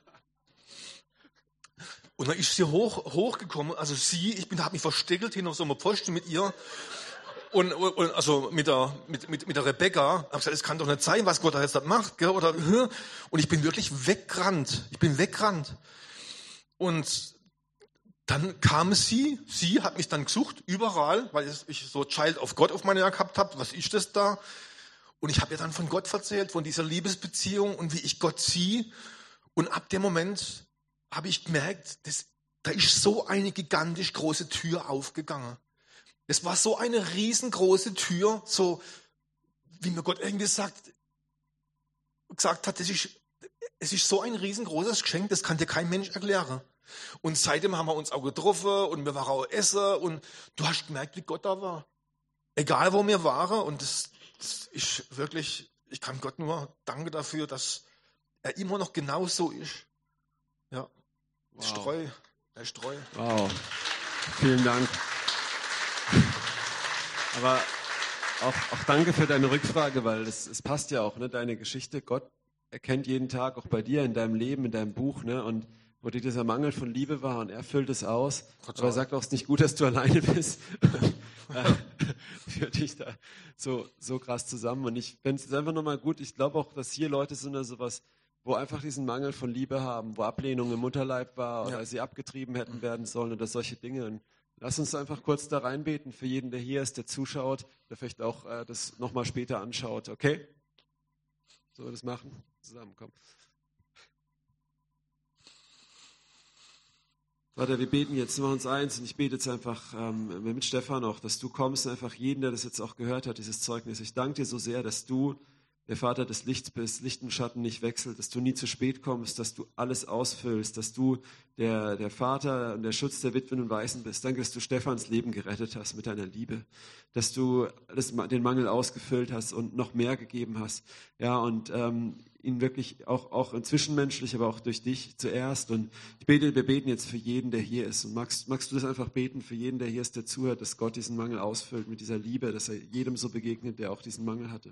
Und dann ist sie hoch, hochgekommen, also sie, ich bin, habe mich versteckelt hinter so einem Pfosten mit ihr und, und also mit der, mit, mit, mit der Rebecca, habe gesagt, es kann doch nicht sein, was Gott da jetzt macht, gell? Oder, und ich bin wirklich weggerannt, ich bin weggerannt. Und dann kam sie, sie hat mich dann gesucht, überall, weil ich so Child of God auf meiner Jacke gehabt habe, was ist das da? Und ich habe ihr dann von Gott erzählt, von dieser Liebesbeziehung und wie ich Gott ziehe. Und ab dem Moment habe ich gemerkt, das, da ist so eine gigantisch große Tür aufgegangen. Es war so eine riesengroße Tür, so wie mir Gott irgendwie sagt, gesagt hat, das ist, es ist so ein riesengroßes Geschenk, das kann dir kein Mensch erklären. Und seitdem haben wir uns auch getroffen und wir waren auch essen und du hast gemerkt, wie Gott da war. Egal, wo wir waren und das, das ist wirklich, ich kann Gott nur danken dafür, dass er immer noch genau so ist. Ja, wow. ist treu, er ist treu. Wow, vielen Dank. Aber auch, auch danke für deine Rückfrage, weil es, es passt ja auch, ne, deine Geschichte. Gott erkennt jeden Tag, auch bei dir, in deinem Leben, in deinem Buch, ne, und wo dir dieser Mangel von Liebe war und er füllt es aus. Total. Aber er sagt auch, es ist nicht gut, dass du alleine bist. Führt dich da so, so krass zusammen. Und ich finde es einfach nochmal gut. Ich glaube auch, dass hier Leute sind, also sowas, wo einfach diesen Mangel von Liebe haben, wo Ablehnung im Mutterleib war oder ja. sie abgetrieben hätten werden sollen oder solche Dinge. Und lass uns einfach kurz da reinbeten für jeden, der hier ist, der zuschaut, der vielleicht auch äh, das nochmal später anschaut. Okay? Sollen wir das machen? Zusammenkommen. Vater, wir beten jetzt nur uns eins und ich bete jetzt einfach ähm, mit Stefan auch, dass du kommst und einfach jeden, der das jetzt auch gehört hat, dieses Zeugnis. Ich danke dir so sehr, dass du der Vater des Lichts bist, Licht und Schatten nicht wechselt, dass du nie zu spät kommst, dass du alles ausfüllst, dass du der, der Vater und der Schutz der Witwen und Waisen bist. Danke, dass du Stefans Leben gerettet hast mit deiner Liebe, dass du alles, den Mangel ausgefüllt hast und noch mehr gegeben hast. Ja, und ähm, ihn wirklich auch, auch zwischenmenschlich, aber auch durch dich zuerst. Und ich bete, wir beten jetzt für jeden, der hier ist. Und magst, magst du das einfach beten für jeden, der hier ist, der zuhört, dass Gott diesen Mangel ausfüllt mit dieser Liebe, dass er jedem so begegnet, der auch diesen Mangel hatte.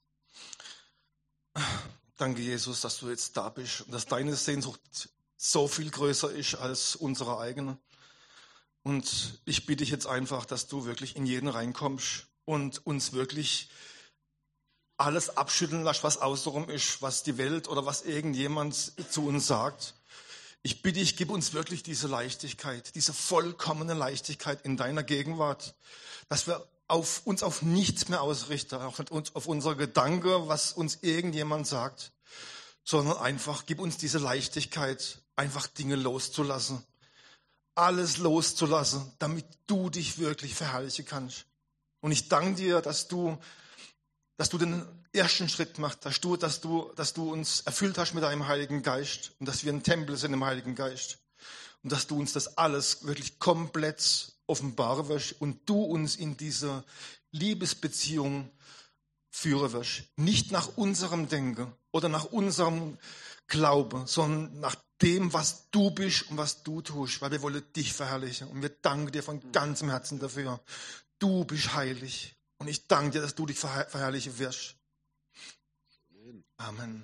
Danke, Jesus, dass du jetzt da bist und dass deine Sehnsucht so viel größer ist als unsere eigene. Und ich bitte dich jetzt einfach, dass du wirklich in jeden reinkommst und uns wirklich alles abschütteln lässt, was außenrum ist, was die Welt oder was irgendjemand zu uns sagt. Ich bitte dich, gib uns wirklich diese Leichtigkeit, diese vollkommene Leichtigkeit in deiner Gegenwart, dass wir auf uns auf nichts mehr ausrichten, auf, uns, auf unsere Gedanken, was uns irgendjemand sagt, sondern einfach, gib uns diese Leichtigkeit, einfach Dinge loszulassen, alles loszulassen, damit du dich wirklich verherrlichen kannst. Und ich danke dir, dass du, dass du den ersten Schritt machst, dass du, dass du, dass du uns erfüllt hast mit deinem Heiligen Geist und dass wir ein Tempel sind im Heiligen Geist und dass du uns das alles wirklich komplett offenbaren wirst und du uns in diese Liebesbeziehung führen wirst. Nicht nach unserem Denken oder nach unserem Glauben, sondern nach dem, was du bist und was du tust, weil wir wollen dich verherrlichen. Und wir danken dir von ganzem Herzen dafür. Du bist heilig. Und ich danke dir, dass du dich verher- verherrlichen wirst. Amen.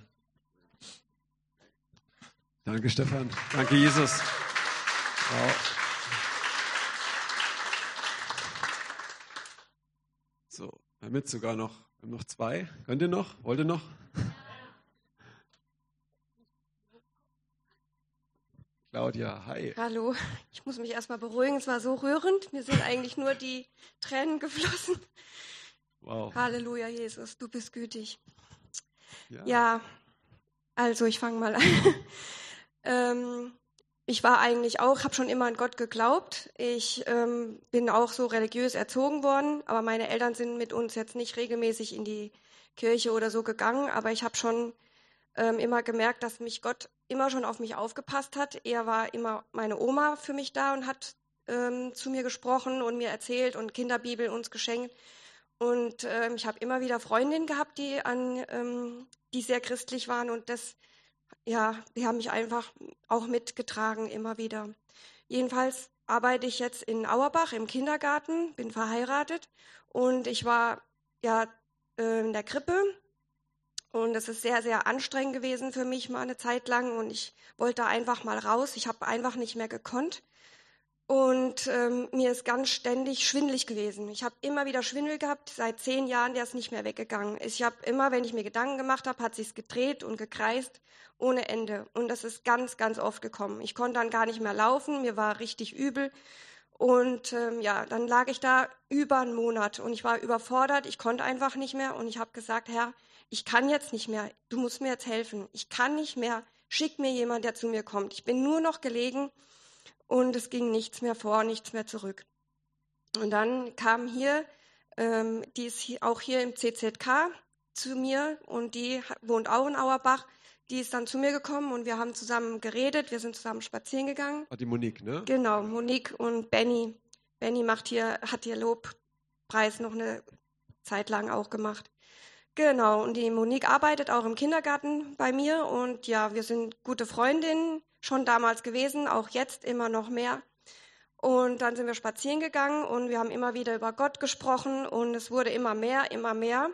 Danke, Stefan. Danke, Jesus. Wow. So, wir haben jetzt sogar noch, wir haben noch zwei. Könnt ihr noch? Wollt ihr noch? Claudia, hi. Hallo, ich muss mich erstmal beruhigen, es war so rührend, mir sind eigentlich nur die Tränen geflossen. Wow. Halleluja, Jesus, du bist gütig. Ja. Ja, also ich fange mal an. ähm, ich war eigentlich auch, habe schon immer an Gott geglaubt. Ich ähm, bin auch so religiös erzogen worden, aber meine Eltern sind mit uns jetzt nicht regelmäßig in die Kirche oder so gegangen, aber ich habe schon ähm, immer gemerkt, dass mich Gott immer schon auf mich aufgepasst hat. Er war immer meine Oma für mich da und hat ähm, zu mir gesprochen und mir erzählt und Kinderbibel uns geschenkt. Und ähm, ich habe immer wieder Freundinnen gehabt, die an, ähm, die sehr christlich waren und das, ja, die haben mich einfach auch mitgetragen immer wieder. Jedenfalls arbeite ich jetzt in Auerbach im Kindergarten, bin verheiratet und ich war ja äh, in der Krippe. Und es ist sehr, sehr anstrengend gewesen für mich mal eine Zeit lang. Und ich wollte einfach mal raus. Ich habe einfach nicht mehr gekonnt. Und ähm, mir ist ganz ständig schwindelig gewesen. Ich habe immer wieder Schwindel gehabt. Seit zehn Jahren, der ist nicht mehr weggegangen. Ich habe immer, wenn ich mir Gedanken gemacht habe, hat sich's gedreht und gekreist ohne Ende. Und das ist ganz, ganz oft gekommen. Ich konnte dann gar nicht mehr laufen. Mir war richtig übel. Und ähm, ja, dann lag ich da über einen Monat. Und ich war überfordert. Ich konnte einfach nicht mehr. Und ich habe gesagt, Herr, ich kann jetzt nicht mehr, du musst mir jetzt helfen. Ich kann nicht mehr, schick mir jemand, der zu mir kommt. Ich bin nur noch gelegen und es ging nichts mehr vor, nichts mehr zurück. Und dann kam hier, ähm, die ist hier, auch hier im C Z K zu mir und die wohnt auch in Auerbach. Die ist dann zu mir gekommen und wir haben zusammen geredet, wir sind zusammen spazieren gegangen. Ah, die Monique, ne? Genau, Monique und Benny. Benny macht hier, hat hier Lobpreis noch eine Zeit lang auch gemacht. Genau, und die Monique arbeitet auch im Kindergarten bei mir und ja, wir sind gute Freundinnen, schon damals gewesen, auch jetzt immer noch mehr. Und dann sind wir spazieren gegangen und wir haben immer wieder über Gott gesprochen und es wurde immer mehr, immer mehr.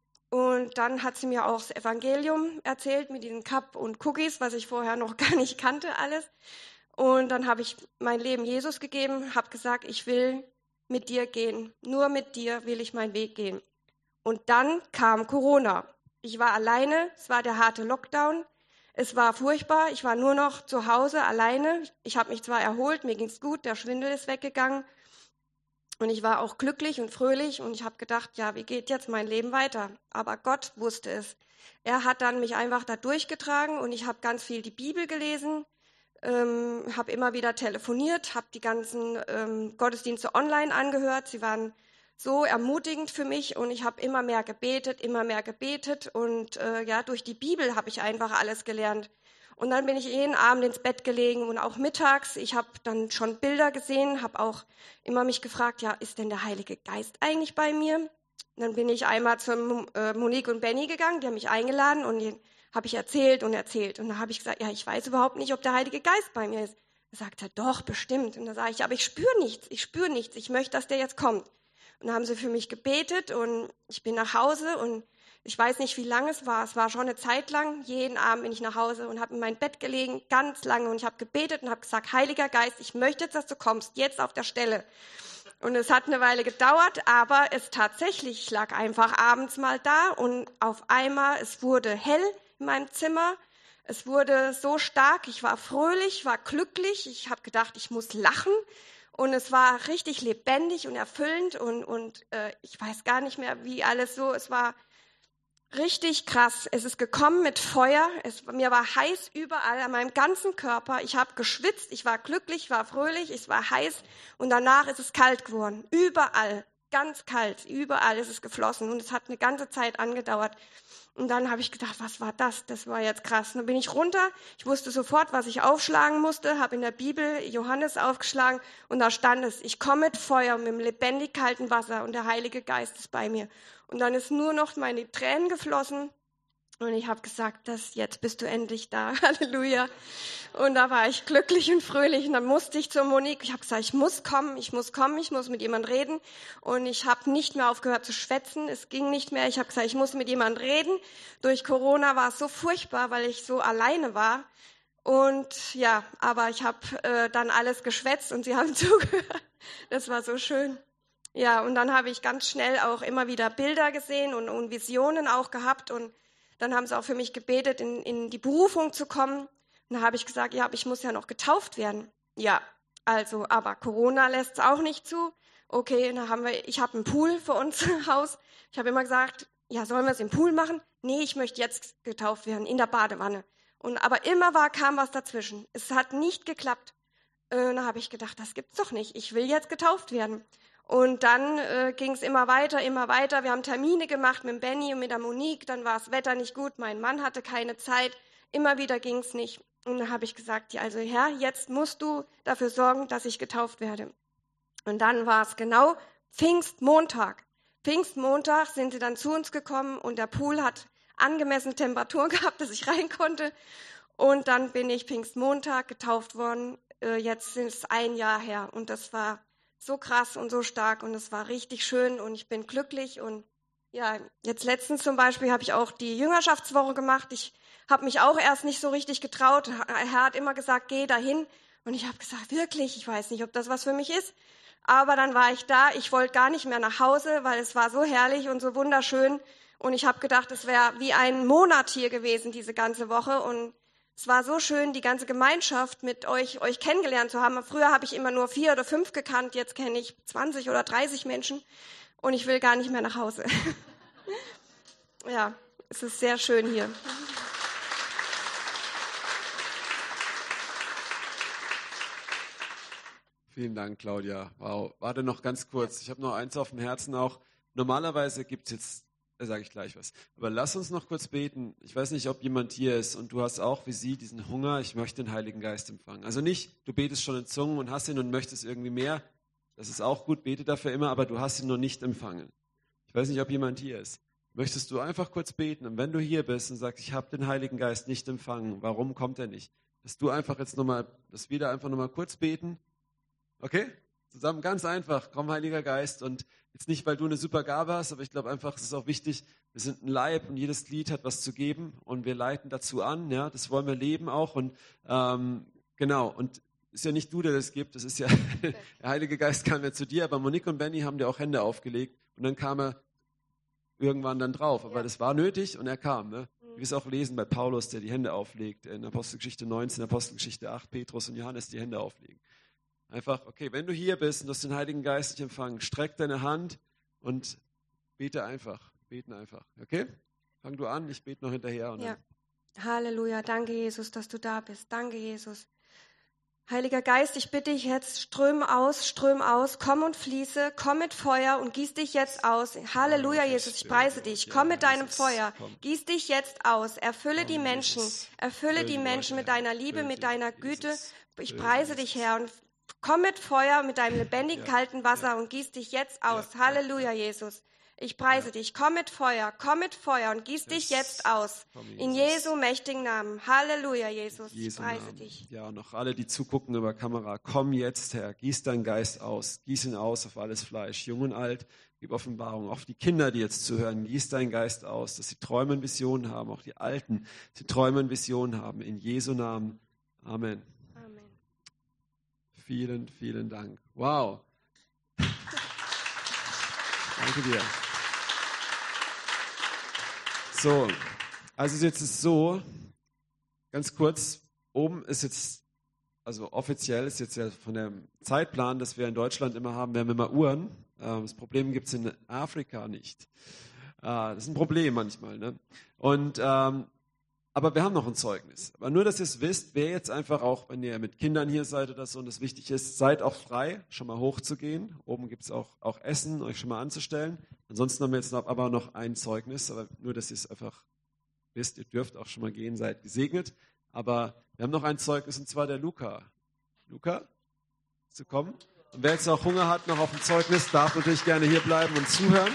Und dann hat sie mir auch das Evangelium erzählt mit diesen Cup und Cookies, was ich vorher noch gar nicht kannte alles. Und dann habe ich mein Leben Jesus gegeben, habe gesagt, ich will mit dir gehen, nur mit dir will ich meinen Weg gehen. Und dann kam Corona. Ich war alleine, es war der harte Lockdown. Es war furchtbar, ich war nur noch zu Hause alleine. Ich habe mich zwar erholt, mir ging's gut, der Schwindel ist weggegangen. Und ich war auch glücklich und fröhlich und ich habe gedacht, ja, wie geht jetzt mein Leben weiter? Aber Gott wusste es. Er hat dann mich einfach da durchgetragen und ich habe ganz viel die Bibel gelesen, ähm, habe immer wieder telefoniert, habe die ganzen ähm, Gottesdienste online angehört. Sie waren so ermutigend für mich und ich habe immer mehr gebetet, immer mehr gebetet und äh, ja, durch die Bibel habe ich einfach alles gelernt. Und dann bin ich jeden Abend ins Bett gelegen und auch mittags. Ich habe dann schon Bilder gesehen, habe auch immer mich gefragt, ja, ist denn der Heilige Geist eigentlich bei mir? Und dann bin ich einmal zu äh, Monique und Benny gegangen, die haben mich eingeladen und denen habe ich erzählt und erzählt. Und dann habe ich gesagt, ja, ich weiß überhaupt nicht, ob der Heilige Geist bei mir ist. Da sagt er, doch, bestimmt. Und dann sage ich, aber ich spüre nichts, ich spüre nichts, ich möchte, dass der jetzt kommt. Und dann haben sie für mich gebetet und ich bin nach Hause und ich weiß nicht, wie lange es war. Es war schon eine Zeit lang. Jeden Abend bin ich nach Hause und habe in mein Bett gelegen, ganz lange. Und ich habe gebetet und habe gesagt, Heiliger Geist, ich möchte jetzt, dass du kommst, jetzt auf der Stelle. Und es hat eine Weile gedauert, aber es tatsächlich, ich lag einfach abends mal da und auf einmal, es wurde hell in meinem Zimmer. Es wurde so stark, ich war fröhlich, war glücklich. Ich habe gedacht, ich muss lachen. Und es war richtig lebendig und erfüllend und, und äh, ich weiß gar nicht mehr, wie alles so, es war richtig krass. Es ist gekommen mit Feuer, es, mir war heiß überall an meinem ganzen Körper. Ich habe geschwitzt, ich war glücklich, war fröhlich, es war heiß und danach ist es kalt geworden. Überall, ganz kalt, überall ist es geflossen und es hat eine ganze Zeit angedauert. Und dann habe ich gedacht, was war das? Das war jetzt krass. Und dann bin ich runter. Ich wusste sofort, was ich aufschlagen musste, habe in der Bibel Johannes aufgeschlagen und da stand es, ich komme mit Feuer, mit dem lebendig kalten Wasser und der Heilige Geist ist bei mir. Und dann ist nur noch meine Tränen geflossen und ich habe gesagt, das, jetzt bist du endlich da. Halleluja. Und da war ich glücklich und fröhlich und dann musste ich zur Monique. Ich habe gesagt, ich muss kommen, ich muss kommen, ich muss mit jemandem reden. Und ich habe nicht mehr aufgehört zu schwätzen. Es ging nicht mehr. Ich habe gesagt, ich muss mit jemandem reden. Durch Corona war es so furchtbar, weil ich so alleine war. Und ja, aber ich habe äh, dann alles geschwätzt und sie haben zugehört. Das war so schön. Ja, und dann habe ich ganz schnell auch immer wieder Bilder gesehen und, und Visionen auch gehabt. Und dann haben sie auch für mich gebetet, in, in die Berufung zu kommen. Und da habe ich gesagt, ja, aber ich muss ja noch getauft werden. Ja, also, aber Corona lässt es auch nicht zu. Okay, dann haben wir, ich habe einen Pool für unser Haus. Ich habe immer gesagt, ja, sollen wir es im Pool machen? Nee, ich möchte jetzt getauft werden, in der Badewanne. Und aber immer war, kam was dazwischen. Es hat nicht geklappt. Äh, da habe ich gedacht, das gibt's doch nicht. Ich will jetzt getauft werden. Und dann äh, ging es immer weiter, immer weiter. Wir haben Termine gemacht mit dem Benny und mit der Monique. Dann war das Wetter nicht gut. Mein Mann hatte keine Zeit. Immer wieder ging es nicht. Und dann habe ich gesagt, ja, also Herr, jetzt musst du dafür sorgen, dass ich getauft werde. Und dann war es genau Pfingstmontag. Pfingstmontag sind sie dann zu uns gekommen und der Pool hat angemessene Temperatur gehabt, dass ich rein konnte. Und dann bin ich Pfingstmontag getauft worden. Äh, jetzt ist es ein Jahr her. Und das war so krass und so stark und es war richtig schön und ich bin glücklich. Und ja, jetzt letztens zum Beispiel habe ich auch die Jüngerschaftswoche gemacht. Ich habe mich auch erst nicht so richtig getraut. Er hat immer gesagt, geh dahin. Und ich habe gesagt, wirklich, ich weiß nicht, ob das was für mich ist. Aber dann war ich da. Ich wollte gar nicht mehr nach Hause, weil es war so herrlich und so wunderschön. Und ich habe gedacht, es wäre wie ein Monat hier gewesen, diese ganze Woche. Und es war so schön, die ganze Gemeinschaft mit euch, euch kennengelernt zu haben. Früher habe ich immer nur vier oder fünf gekannt. Jetzt kenne ich zwanzig oder dreißig Menschen. Und ich will gar nicht mehr nach Hause. Ja, es ist sehr schön hier. Vielen Dank, Claudia. Wow. Warte noch ganz kurz. Ich habe noch eins auf dem Herzen auch. Normalerweise gibt es jetzt, da sage ich gleich was. Aber lass uns noch kurz beten. Ich weiß nicht, ob jemand hier ist und du hast auch wie sie diesen Hunger, ich möchte den Heiligen Geist empfangen. Also nicht, du betest schon in Zungen und hast ihn und möchtest irgendwie mehr. Das ist auch gut, bete dafür immer, aber du hast ihn noch nicht empfangen. Ich weiß nicht, ob jemand hier ist. Möchtest du einfach kurz beten und wenn du hier bist und sagst, ich habe den Heiligen Geist nicht empfangen, warum kommt er nicht? Dass du einfach jetzt nochmal, dass wir da einfach nochmal kurz beten. Okay? Zusammen ganz einfach. Komm, Heiliger Geist. Und jetzt nicht, weil du eine super Gabe hast, aber ich glaube einfach, es ist auch wichtig, wir sind ein Leib und jedes Glied hat was zu geben und wir leiten dazu an. Ja, das wollen wir leben auch. Und ähm, genau, und ist ja nicht du, der das gibt, das ist ja, der Heilige Geist kam ja zu dir, aber Monique und Benny haben dir auch Hände aufgelegt und dann kam er irgendwann dann drauf. Aber ja. Das war nötig und er kam. Ne? Mhm. Wir es auch lesen bei Paulus, der die Hände auflegt, in Apostelgeschichte neunzehn, Apostelgeschichte acht, Petrus und Johannes die Hände auflegen. Einfach, okay, wenn du hier bist und du hast den Heiligen Geist nicht empfangen, streck deine Hand und bete einfach. Beten einfach, okay? Fang du an, ich bete noch hinterher. Und ja. Halleluja, danke Jesus, dass du da bist. Danke Jesus. Heiliger Geist, ich bitte dich jetzt, ström aus, ström aus, komm und fließe, komm mit Feuer und gieß dich jetzt aus. Halleluja, Jesus, ich preise dich. Komm mit deinem Feuer, gieß dich jetzt aus, erfülle die Menschen, erfülle die Menschen mit deiner Liebe, mit deiner Güte. Ich preise dich, Herr, und komm mit Feuer, mit deinem lebendigen, kalten Wasser und gieß dich jetzt aus. Halleluja, Jesus. Ich preise dich. Komm mit Feuer, komm mit Feuer und gieß dich jetzt aus. In Jesu mächtigen Namen. Halleluja, Jesus. Ich preise dich. Ja, und noch alle, die zugucken über Kamera. Komm jetzt, Herr. Gieß deinen Geist aus. Gieß ihn aus auf alles Fleisch. Jung und alt. Gib Offenbarung. Auf die Kinder, die jetzt zuhören. Gieß deinen Geist aus, dass sie Träume und Visionen haben. Auch die Alten, die Träume und Visionen haben. In Jesu Namen. Amen. Amen. Vielen, vielen Dank. Wow. Danke dir. So, also jetzt ist es so, ganz kurz, oben ist jetzt, also offiziell ist jetzt ja von dem Zeitplan, das wir in Deutschland immer haben, wir haben immer Uhren. Das Problem gibt es in Afrika nicht. Das ist ein Problem manchmal. Ne? Und ähm, aber wir haben noch ein Zeugnis. Aber nur, dass ihr es wisst, wer jetzt einfach auch, wenn ihr mit Kindern hier seid oder so und das wichtig ist, seid auch frei, schon mal hochzugehen. Oben gibt es auch, auch Essen, euch schon mal anzustellen. Ansonsten haben wir jetzt noch, aber noch ein Zeugnis, aber nur, dass ihr es einfach wisst, ihr dürft auch schon mal gehen, seid gesegnet. Aber wir haben noch ein Zeugnis und zwar der Luca. Luca, willst du kommen? Und wer jetzt auch Hunger hat noch auf ein Zeugnis, darf natürlich gerne hier bleiben und zuhören.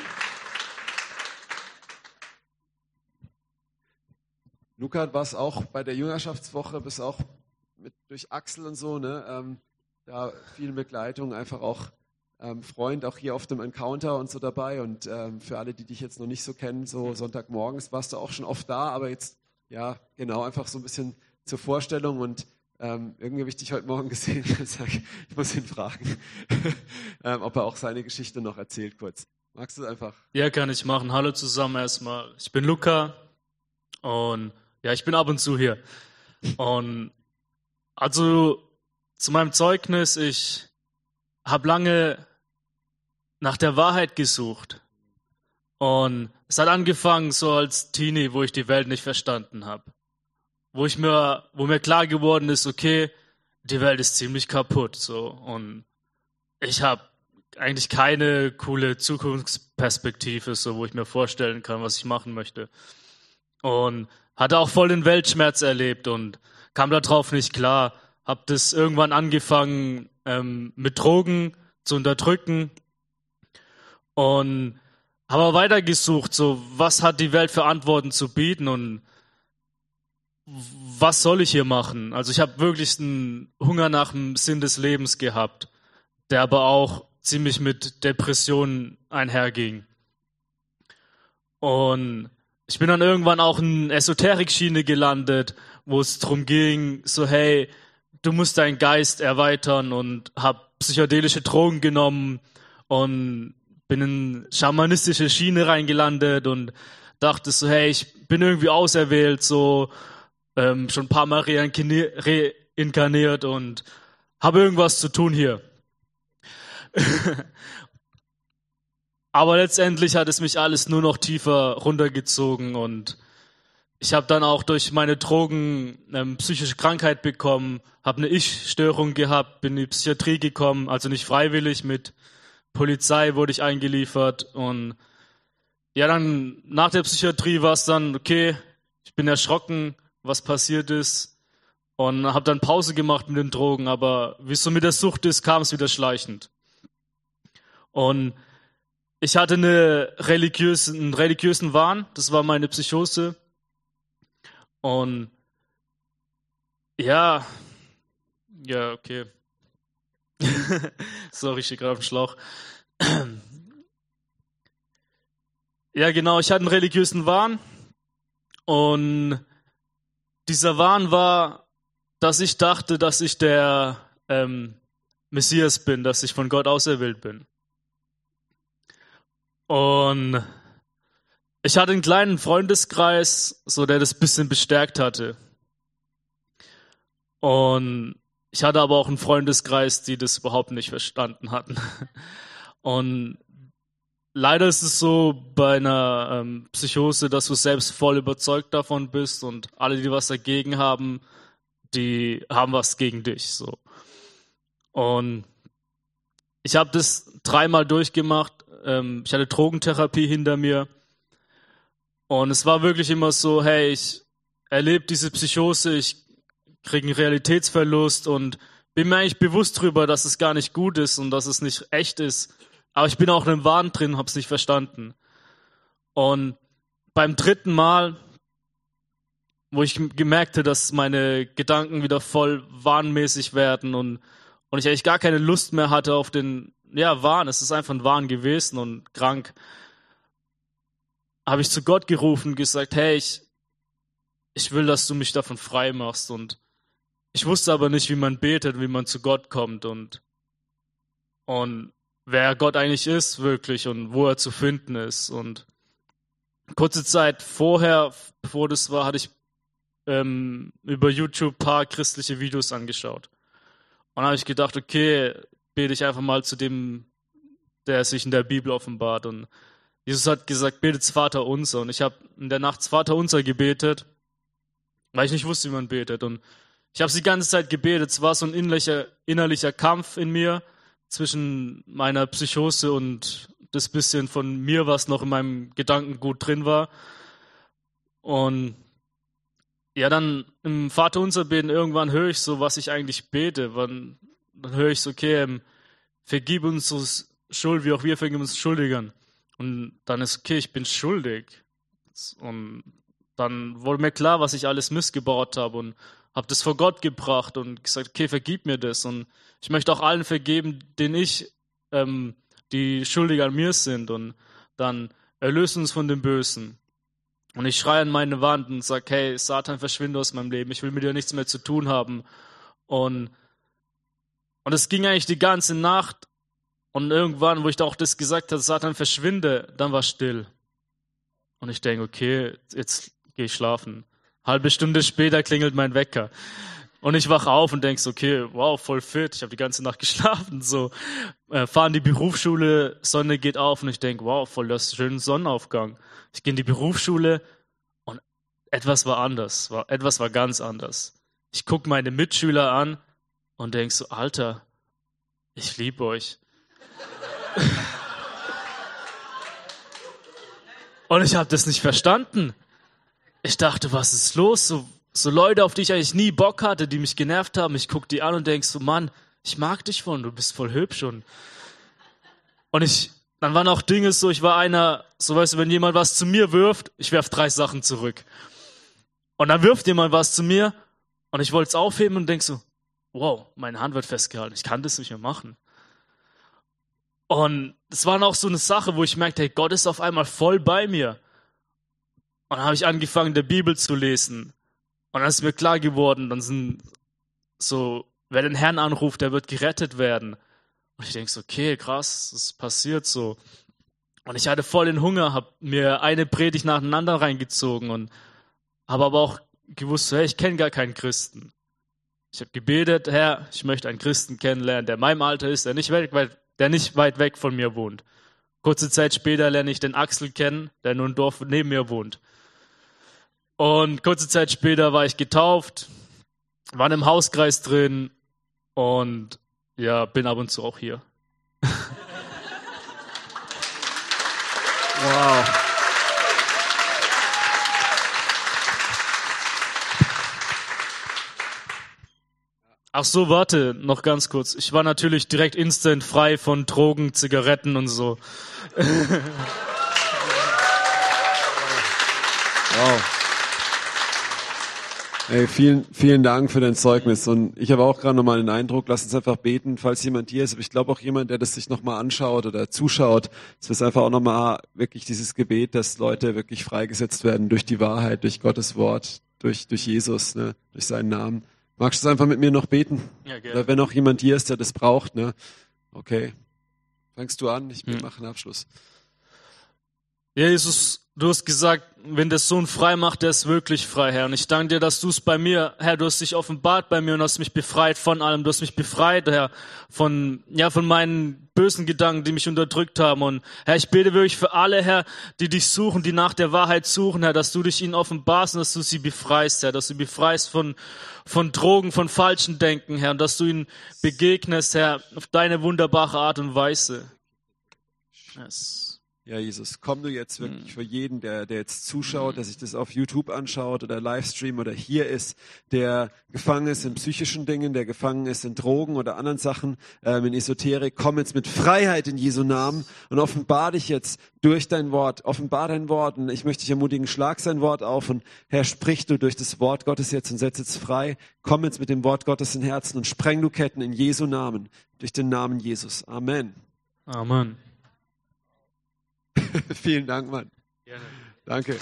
Luca war es auch bei der Jüngerschaftswoche, bis auch mit, durch Axel und so, ne, ähm, da viel Begleitung, einfach auch ähm, Freund, auch hier auf dem Encounter und so dabei. Und ähm, für alle, die dich jetzt noch nicht so kennen, so Sonntagmorgens warst du auch schon oft da, aber jetzt, ja, genau, einfach so ein bisschen zur Vorstellung. Und ähm, irgendwie habe ich dich heute Morgen gesehen und sage, ich muss ihn fragen, ähm, ob er auch seine Geschichte noch erzählt kurz. Magst du es einfach? Ja, kann ich machen. Hallo zusammen erstmal. Ich bin Luca und ja, ich bin ab und zu hier. Und Also zu meinem Zeugnis, ich habe lange nach der Wahrheit gesucht. Und es hat angefangen so als Teenie, wo ich die Welt nicht verstanden habe. Wo ich mir, wo mir klar geworden ist, okay, die Welt ist ziemlich kaputt, so. Und ich habe eigentlich keine coole Zukunftsperspektive, so, wo ich mir vorstellen kann, was ich machen möchte. Und hatte auch voll den Weltschmerz erlebt und kam darauf nicht klar. Hab das irgendwann angefangen, ähm, mit Drogen zu unterdrücken. Und habe weitergesucht, so, was hat die Welt für Antworten zu bieten und was soll ich hier machen? Also ich habe wirklich einen Hunger nach dem Sinn des Lebens gehabt, der aber auch ziemlich mit Depressionen einherging. Und ich bin dann irgendwann auch in Esoterik-Schiene gelandet, wo es darum ging, so hey, du musst deinen Geist erweitern, und habe psychedelische Drogen genommen und bin in schamanistische Schiene reingelandet und dachte so, hey, ich bin irgendwie auserwählt, so ähm, schon ein paar Mal reinkarniert und habe irgendwas zu tun hier. Aber letztendlich hat es mich alles nur noch tiefer runtergezogen und ich habe dann auch durch meine Drogen ähm, psychische Krankheit bekommen, habe eine Ich-Störung gehabt, bin in die Psychiatrie gekommen, also nicht freiwillig, mit Polizei wurde ich eingeliefert und ja, dann nach der Psychiatrie war es dann, okay, ich bin erschrocken, was passiert ist und habe dann Pause gemacht mit den Drogen, aber wie es so mit der Sucht ist, kam es wieder schleichend. Und ich hatte eine religiöse, einen religiösen Wahn, das war meine Psychose und ja, ja, okay. Sorry, ich stehe gerade auf dem Schlauch. Ja, genau, ich hatte einen religiösen Wahn und dieser Wahn war, dass ich dachte, dass ich der ähm, Messias bin, dass ich von Gott auserwählt bin. Und ich hatte einen kleinen Freundeskreis, so der das ein bisschen bestärkt hatte. Und ich hatte aber auch einen Freundeskreis, die das überhaupt nicht verstanden hatten. Und leider ist es so bei einer ähm, Psychose, dass du selbst voll überzeugt davon bist und alle, die was dagegen haben, die haben was gegen dich. So. Und ich habe das dreimal durchgemacht. Ähm, ich hatte Drogentherapie hinter mir. Und es war wirklich immer so, hey, ich erlebe diese Psychose, ich kriege einen Realitätsverlust und bin mir eigentlich bewusst drüber, dass es gar nicht gut ist und dass es nicht echt ist. Aber ich bin auch in einem Wahn drin, hab's nicht verstanden. Und beim dritten Mal, wo ich gemerkt habe, dass meine Gedanken wieder voll wahnmäßig werden und, und ich eigentlich gar keine Lust mehr hatte auf den, ja, Wahn, es ist einfach ein Wahn gewesen und krank, habe ich zu Gott gerufen und gesagt, hey, ich, ich will, dass du mich davon frei machst. Und ich wusste aber nicht, wie man betet, wie man zu Gott kommt und, und wer Gott eigentlich ist wirklich und wo er zu finden ist. Und kurze Zeit vorher, bevor das war, hatte ich ähm, über YouTube ein paar christliche Videos angeschaut. Und dann habe ich gedacht, okay, bete ich einfach mal zu dem, der sich in der Bibel offenbart. Und Jesus hat gesagt, betet Vater unser. Und ich habe in der Nacht Vater unser gebetet, weil ich nicht wusste, wie man betet. Und ich habe es die ganze Zeit gebetet. Es war so ein innerlicher, innerlicher Kampf in mir zwischen meiner Psychose und das bisschen von mir, was noch in meinem Gedankengut drin war. Und ja, dann im Vaterunser beten irgendwann höre ich so, was ich eigentlich bete. Dann, dann höre ich so, okay, ähm, vergib uns unsere Schuld, wie auch wir vergeben uns Schuldigern. Und dann ist okay, ich bin schuldig. Und dann wurde mir klar, was ich alles missgebaut habe und habe das vor Gott gebracht und gesagt, okay, vergib mir das. Und ich möchte auch allen vergeben, denen ich, ähm, die schuldig an mir sind. Und dann erlöse uns von dem Bösen. Und ich schreie an meine Wand und sage, hey, Satan, verschwinde aus meinem Leben. Ich will mit dir nichts mehr zu tun haben. Und und es ging eigentlich die ganze Nacht. Und irgendwann, wo ich da auch das gesagt habe, Satan, verschwinde, dann war still. Und ich denke, okay, jetzt gehe ich schlafen. Halbe Stunde später klingelt mein Wecker. Und ich wache auf und denk so, okay, wow, voll fit, ich habe die ganze Nacht geschlafen. So, äh, fahre in die Berufsschule, Sonne geht auf und ich denk, wow, voll das schöne Sonnenaufgang. Ich gehe in die Berufsschule und etwas war anders, war, etwas war ganz anders. Ich gucke meine Mitschüler an und denk so, Alter, ich liebe euch. Und ich habe das nicht verstanden. Ich dachte, was ist los? So, so Leute, auf die ich eigentlich nie Bock hatte, die mich genervt haben. Ich guck die an und denk so, Mann, ich mag dich voll, du bist voll hübsch. Und, und ich, dann waren auch Dinge so, ich war einer, so weißt du, wenn jemand was zu mir wirft, ich werf drei Sachen zurück. Und dann wirft jemand was zu mir und ich wollte es aufheben und denk so, wow, meine Hand wird festgehalten, ich kann das nicht mehr machen. Und es war auch so eine Sache, wo ich merkte, hey, Gott ist auf einmal voll bei mir. Und dann habe ich angefangen, der Bibel zu lesen. Und dann ist mir klar geworden, dann sind so, wer den Herrn anruft, der wird gerettet werden. Und ich denke so, okay, krass, das passiert so. Und ich hatte voll den Hunger, habe mir eine Predigt nacheinander reingezogen und habe aber auch gewusst, hey, ich kenne gar keinen Christen. Ich habe gebetet, Herr, ich möchte einen Christen kennenlernen, der in meinem Alter ist, der nicht weit, weit, der nicht weit weg von mir wohnt. Kurze Zeit später lerne ich den Axel kennen, der nur ein Dorf neben mir wohnt. Und kurze Zeit später war ich getauft, war in einem Hauskreis drin und ja, bin ab und zu auch hier. Wow. Ach so, warte, noch ganz kurz. Ich war natürlich direkt instant frei von Drogen, Zigaretten und so. Wow. Hey, vielen, vielen Dank für dein Zeugnis. Und ich habe auch gerade nochmal den Eindruck, lass uns einfach beten, falls jemand hier ist. Aber ich glaube auch jemand, der das sich nochmal anschaut oder zuschaut, dass wir es einfach auch nochmal wirklich dieses Gebet, dass Leute wirklich freigesetzt werden durch die Wahrheit, durch Gottes Wort, durch, durch Jesus, ne, durch seinen Namen. Magst du es einfach mit mir noch beten? Ja, gerne. Oder wenn auch jemand hier ist, der das braucht, ne? Okay. Fängst du an? Ich Hm. mache einen Abschluss. Ja, Jesus, du hast gesagt, wenn der Sohn frei macht, der ist wirklich frei, Herr. Und ich danke dir, dass du es bei mir, Herr, du hast dich offenbart bei mir und hast mich befreit von allem. Du hast mich befreit, Herr, von, ja, von meinen bösen Gedanken, die mich unterdrückt haben. Und Herr, ich bete wirklich für alle, Herr, die dich suchen, die nach der Wahrheit suchen, Herr, dass du dich ihnen offenbarst und dass du sie befreist, Herr, dass du befreist von, von Drogen, von falschen Denken, Herr, und dass du ihnen begegnest, Herr, auf deine wunderbare Art und Weise. Yes. Ja, Jesus, komm du jetzt wirklich für jeden, der, der jetzt zuschaut, der sich das auf YouTube anschaut oder Livestream oder hier ist, der gefangen ist in psychischen Dingen, der gefangen ist in Drogen oder anderen Sachen, ähm, in Esoterik. Komm jetzt mit Freiheit in Jesu Namen und offenbar dich jetzt durch dein Wort, offenbar dein Wort. Und ich möchte dich ermutigen, schlag sein Wort auf und Herr, sprich du durch das Wort Gottes jetzt und setz jetzt frei. Komm jetzt mit dem Wort Gottes in Herzen und spreng du Ketten in Jesu Namen, durch den Namen Jesus. Amen. Amen. Vielen Dank, Mann. Gerne. Danke.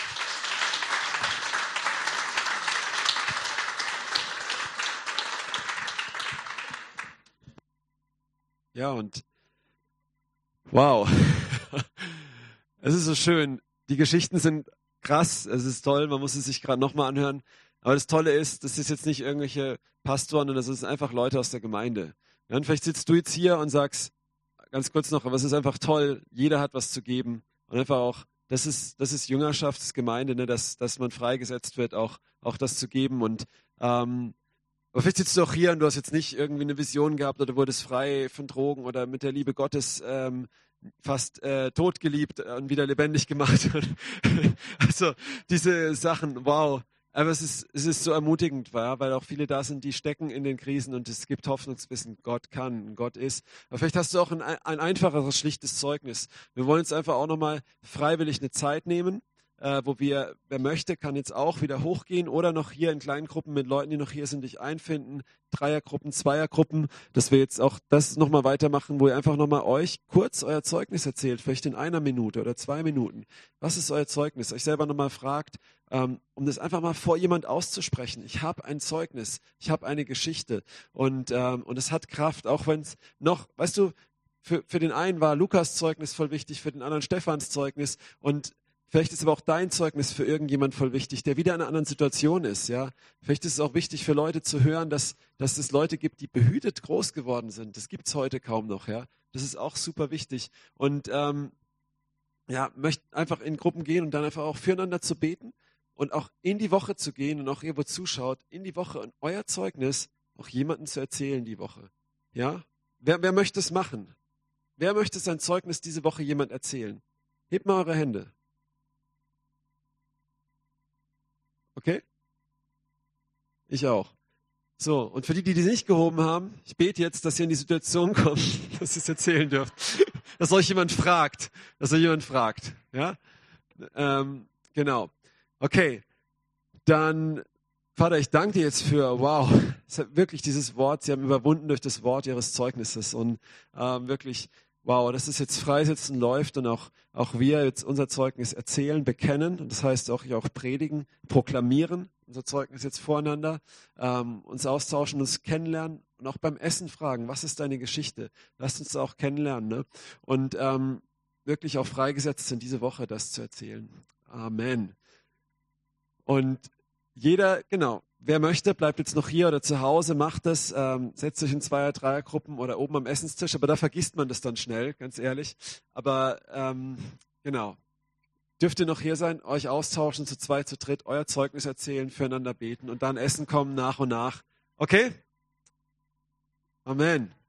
Ja, und wow. Es ist so schön. Die Geschichten sind krass. Es ist toll. Man muss es sich gerade nochmal anhören. Aber das Tolle ist, das ist jetzt nicht irgendwelche Pastoren, das ist einfach Leute aus der Gemeinde. Ja, und vielleicht sitzt du jetzt hier und sagst, ganz kurz noch, aber es ist einfach toll, jeder hat was zu geben und einfach auch, das ist, das ist Jüngerschaft, das ist Gemeinde, ne, dass, dass man freigesetzt wird, auch, auch das zu geben und ähm, aber vielleicht sitzt du auch hier und du hast jetzt nicht irgendwie eine Vision gehabt oder wurdest frei von Drogen oder mit der Liebe Gottes ähm, fast äh, tot geliebt und wieder lebendig gemacht. Also diese Sachen, wow. Aber es ist, es ist so ermutigend, weil auch viele da sind, die stecken in den Krisen und es gibt Hoffnungswissen, Gott kann, Gott ist. Aber vielleicht hast du auch ein, ein einfacheres, schlichtes Zeugnis. Wir wollen jetzt einfach auch nochmal freiwillig eine Zeit nehmen, äh, wo wir, wer möchte, kann jetzt auch wieder hochgehen oder noch hier in kleinen Gruppen mit Leuten, die noch hier sind, dich einfinden. Dreiergruppen, Zweiergruppen, dass wir jetzt auch das nochmal weitermachen, wo ihr einfach nochmal euch kurz euer Zeugnis erzählt, vielleicht in einer Minute oder zwei Minuten. Was ist euer Zeugnis? Euch selber nochmal fragt, ähm, um das einfach mal vor jemand auszusprechen. Ich habe ein Zeugnis, ich habe eine Geschichte und ähm, und es hat Kraft, auch wenn es noch, weißt du, für, für den einen war Lukas Zeugnis voll wichtig, für den anderen Stefans Zeugnis und Vielleicht ist aber auch dein Zeugnis für irgendjemand voll wichtig, der wieder in einer anderen Situation ist. Ja? Vielleicht ist es auch wichtig für Leute zu hören, dass, dass es Leute gibt, die behütet groß geworden sind. Das gibt es heute kaum noch. Ja? Das ist auch super wichtig. Und ähm, ja, möchte einfach in Gruppen gehen und dann einfach auch füreinander zu beten und auch in die Woche zu gehen und auch ihr, wo zuschaut, in die Woche und euer Zeugnis auch jemandem zu erzählen die Woche. Ja? Wer, wer möchte es machen? Wer möchte sein Zeugnis diese Woche jemand erzählen? Hebt mal eure Hände. Okay? Ich auch. So, und für die, die die nicht gehoben haben, ich bete jetzt, dass ihr in die Situation kommt, dass ihr es erzählen dürft. Dass euch jemand fragt. Dass euch jemand fragt. Ja? Ähm, genau. Okay. Dann, Vater, ich danke dir jetzt für, wow, es hat wirklich dieses Wort, sie haben überwunden durch das Wort ihres Zeugnisses und ähm, wirklich, wow, dass es jetzt freisetzen läuft und auch, auch wir jetzt unser Zeugnis erzählen, bekennen und das heißt auch, auch predigen, proklamieren, unser Zeugnis jetzt voreinander, ähm, uns austauschen, uns kennenlernen und auch beim Essen fragen, was ist deine Geschichte? Lasst uns auch kennenlernen, ne? Und ähm, wirklich auch freigesetzt sind, diese Woche das zu erzählen. Amen. Und jeder, genau, wer möchte, bleibt jetzt noch hier oder zu Hause, macht das, ähm, setzt euch in Zweier-, Dreiergruppen oder oben am Essenstisch, aber da vergisst man das dann schnell, ganz ehrlich. Aber ähm, genau, dürft ihr noch hier sein, euch austauschen, zu zweit, zu dritt, euer Zeugnis erzählen, füreinander beten und dann essen kommen nach und nach. Okay? Amen.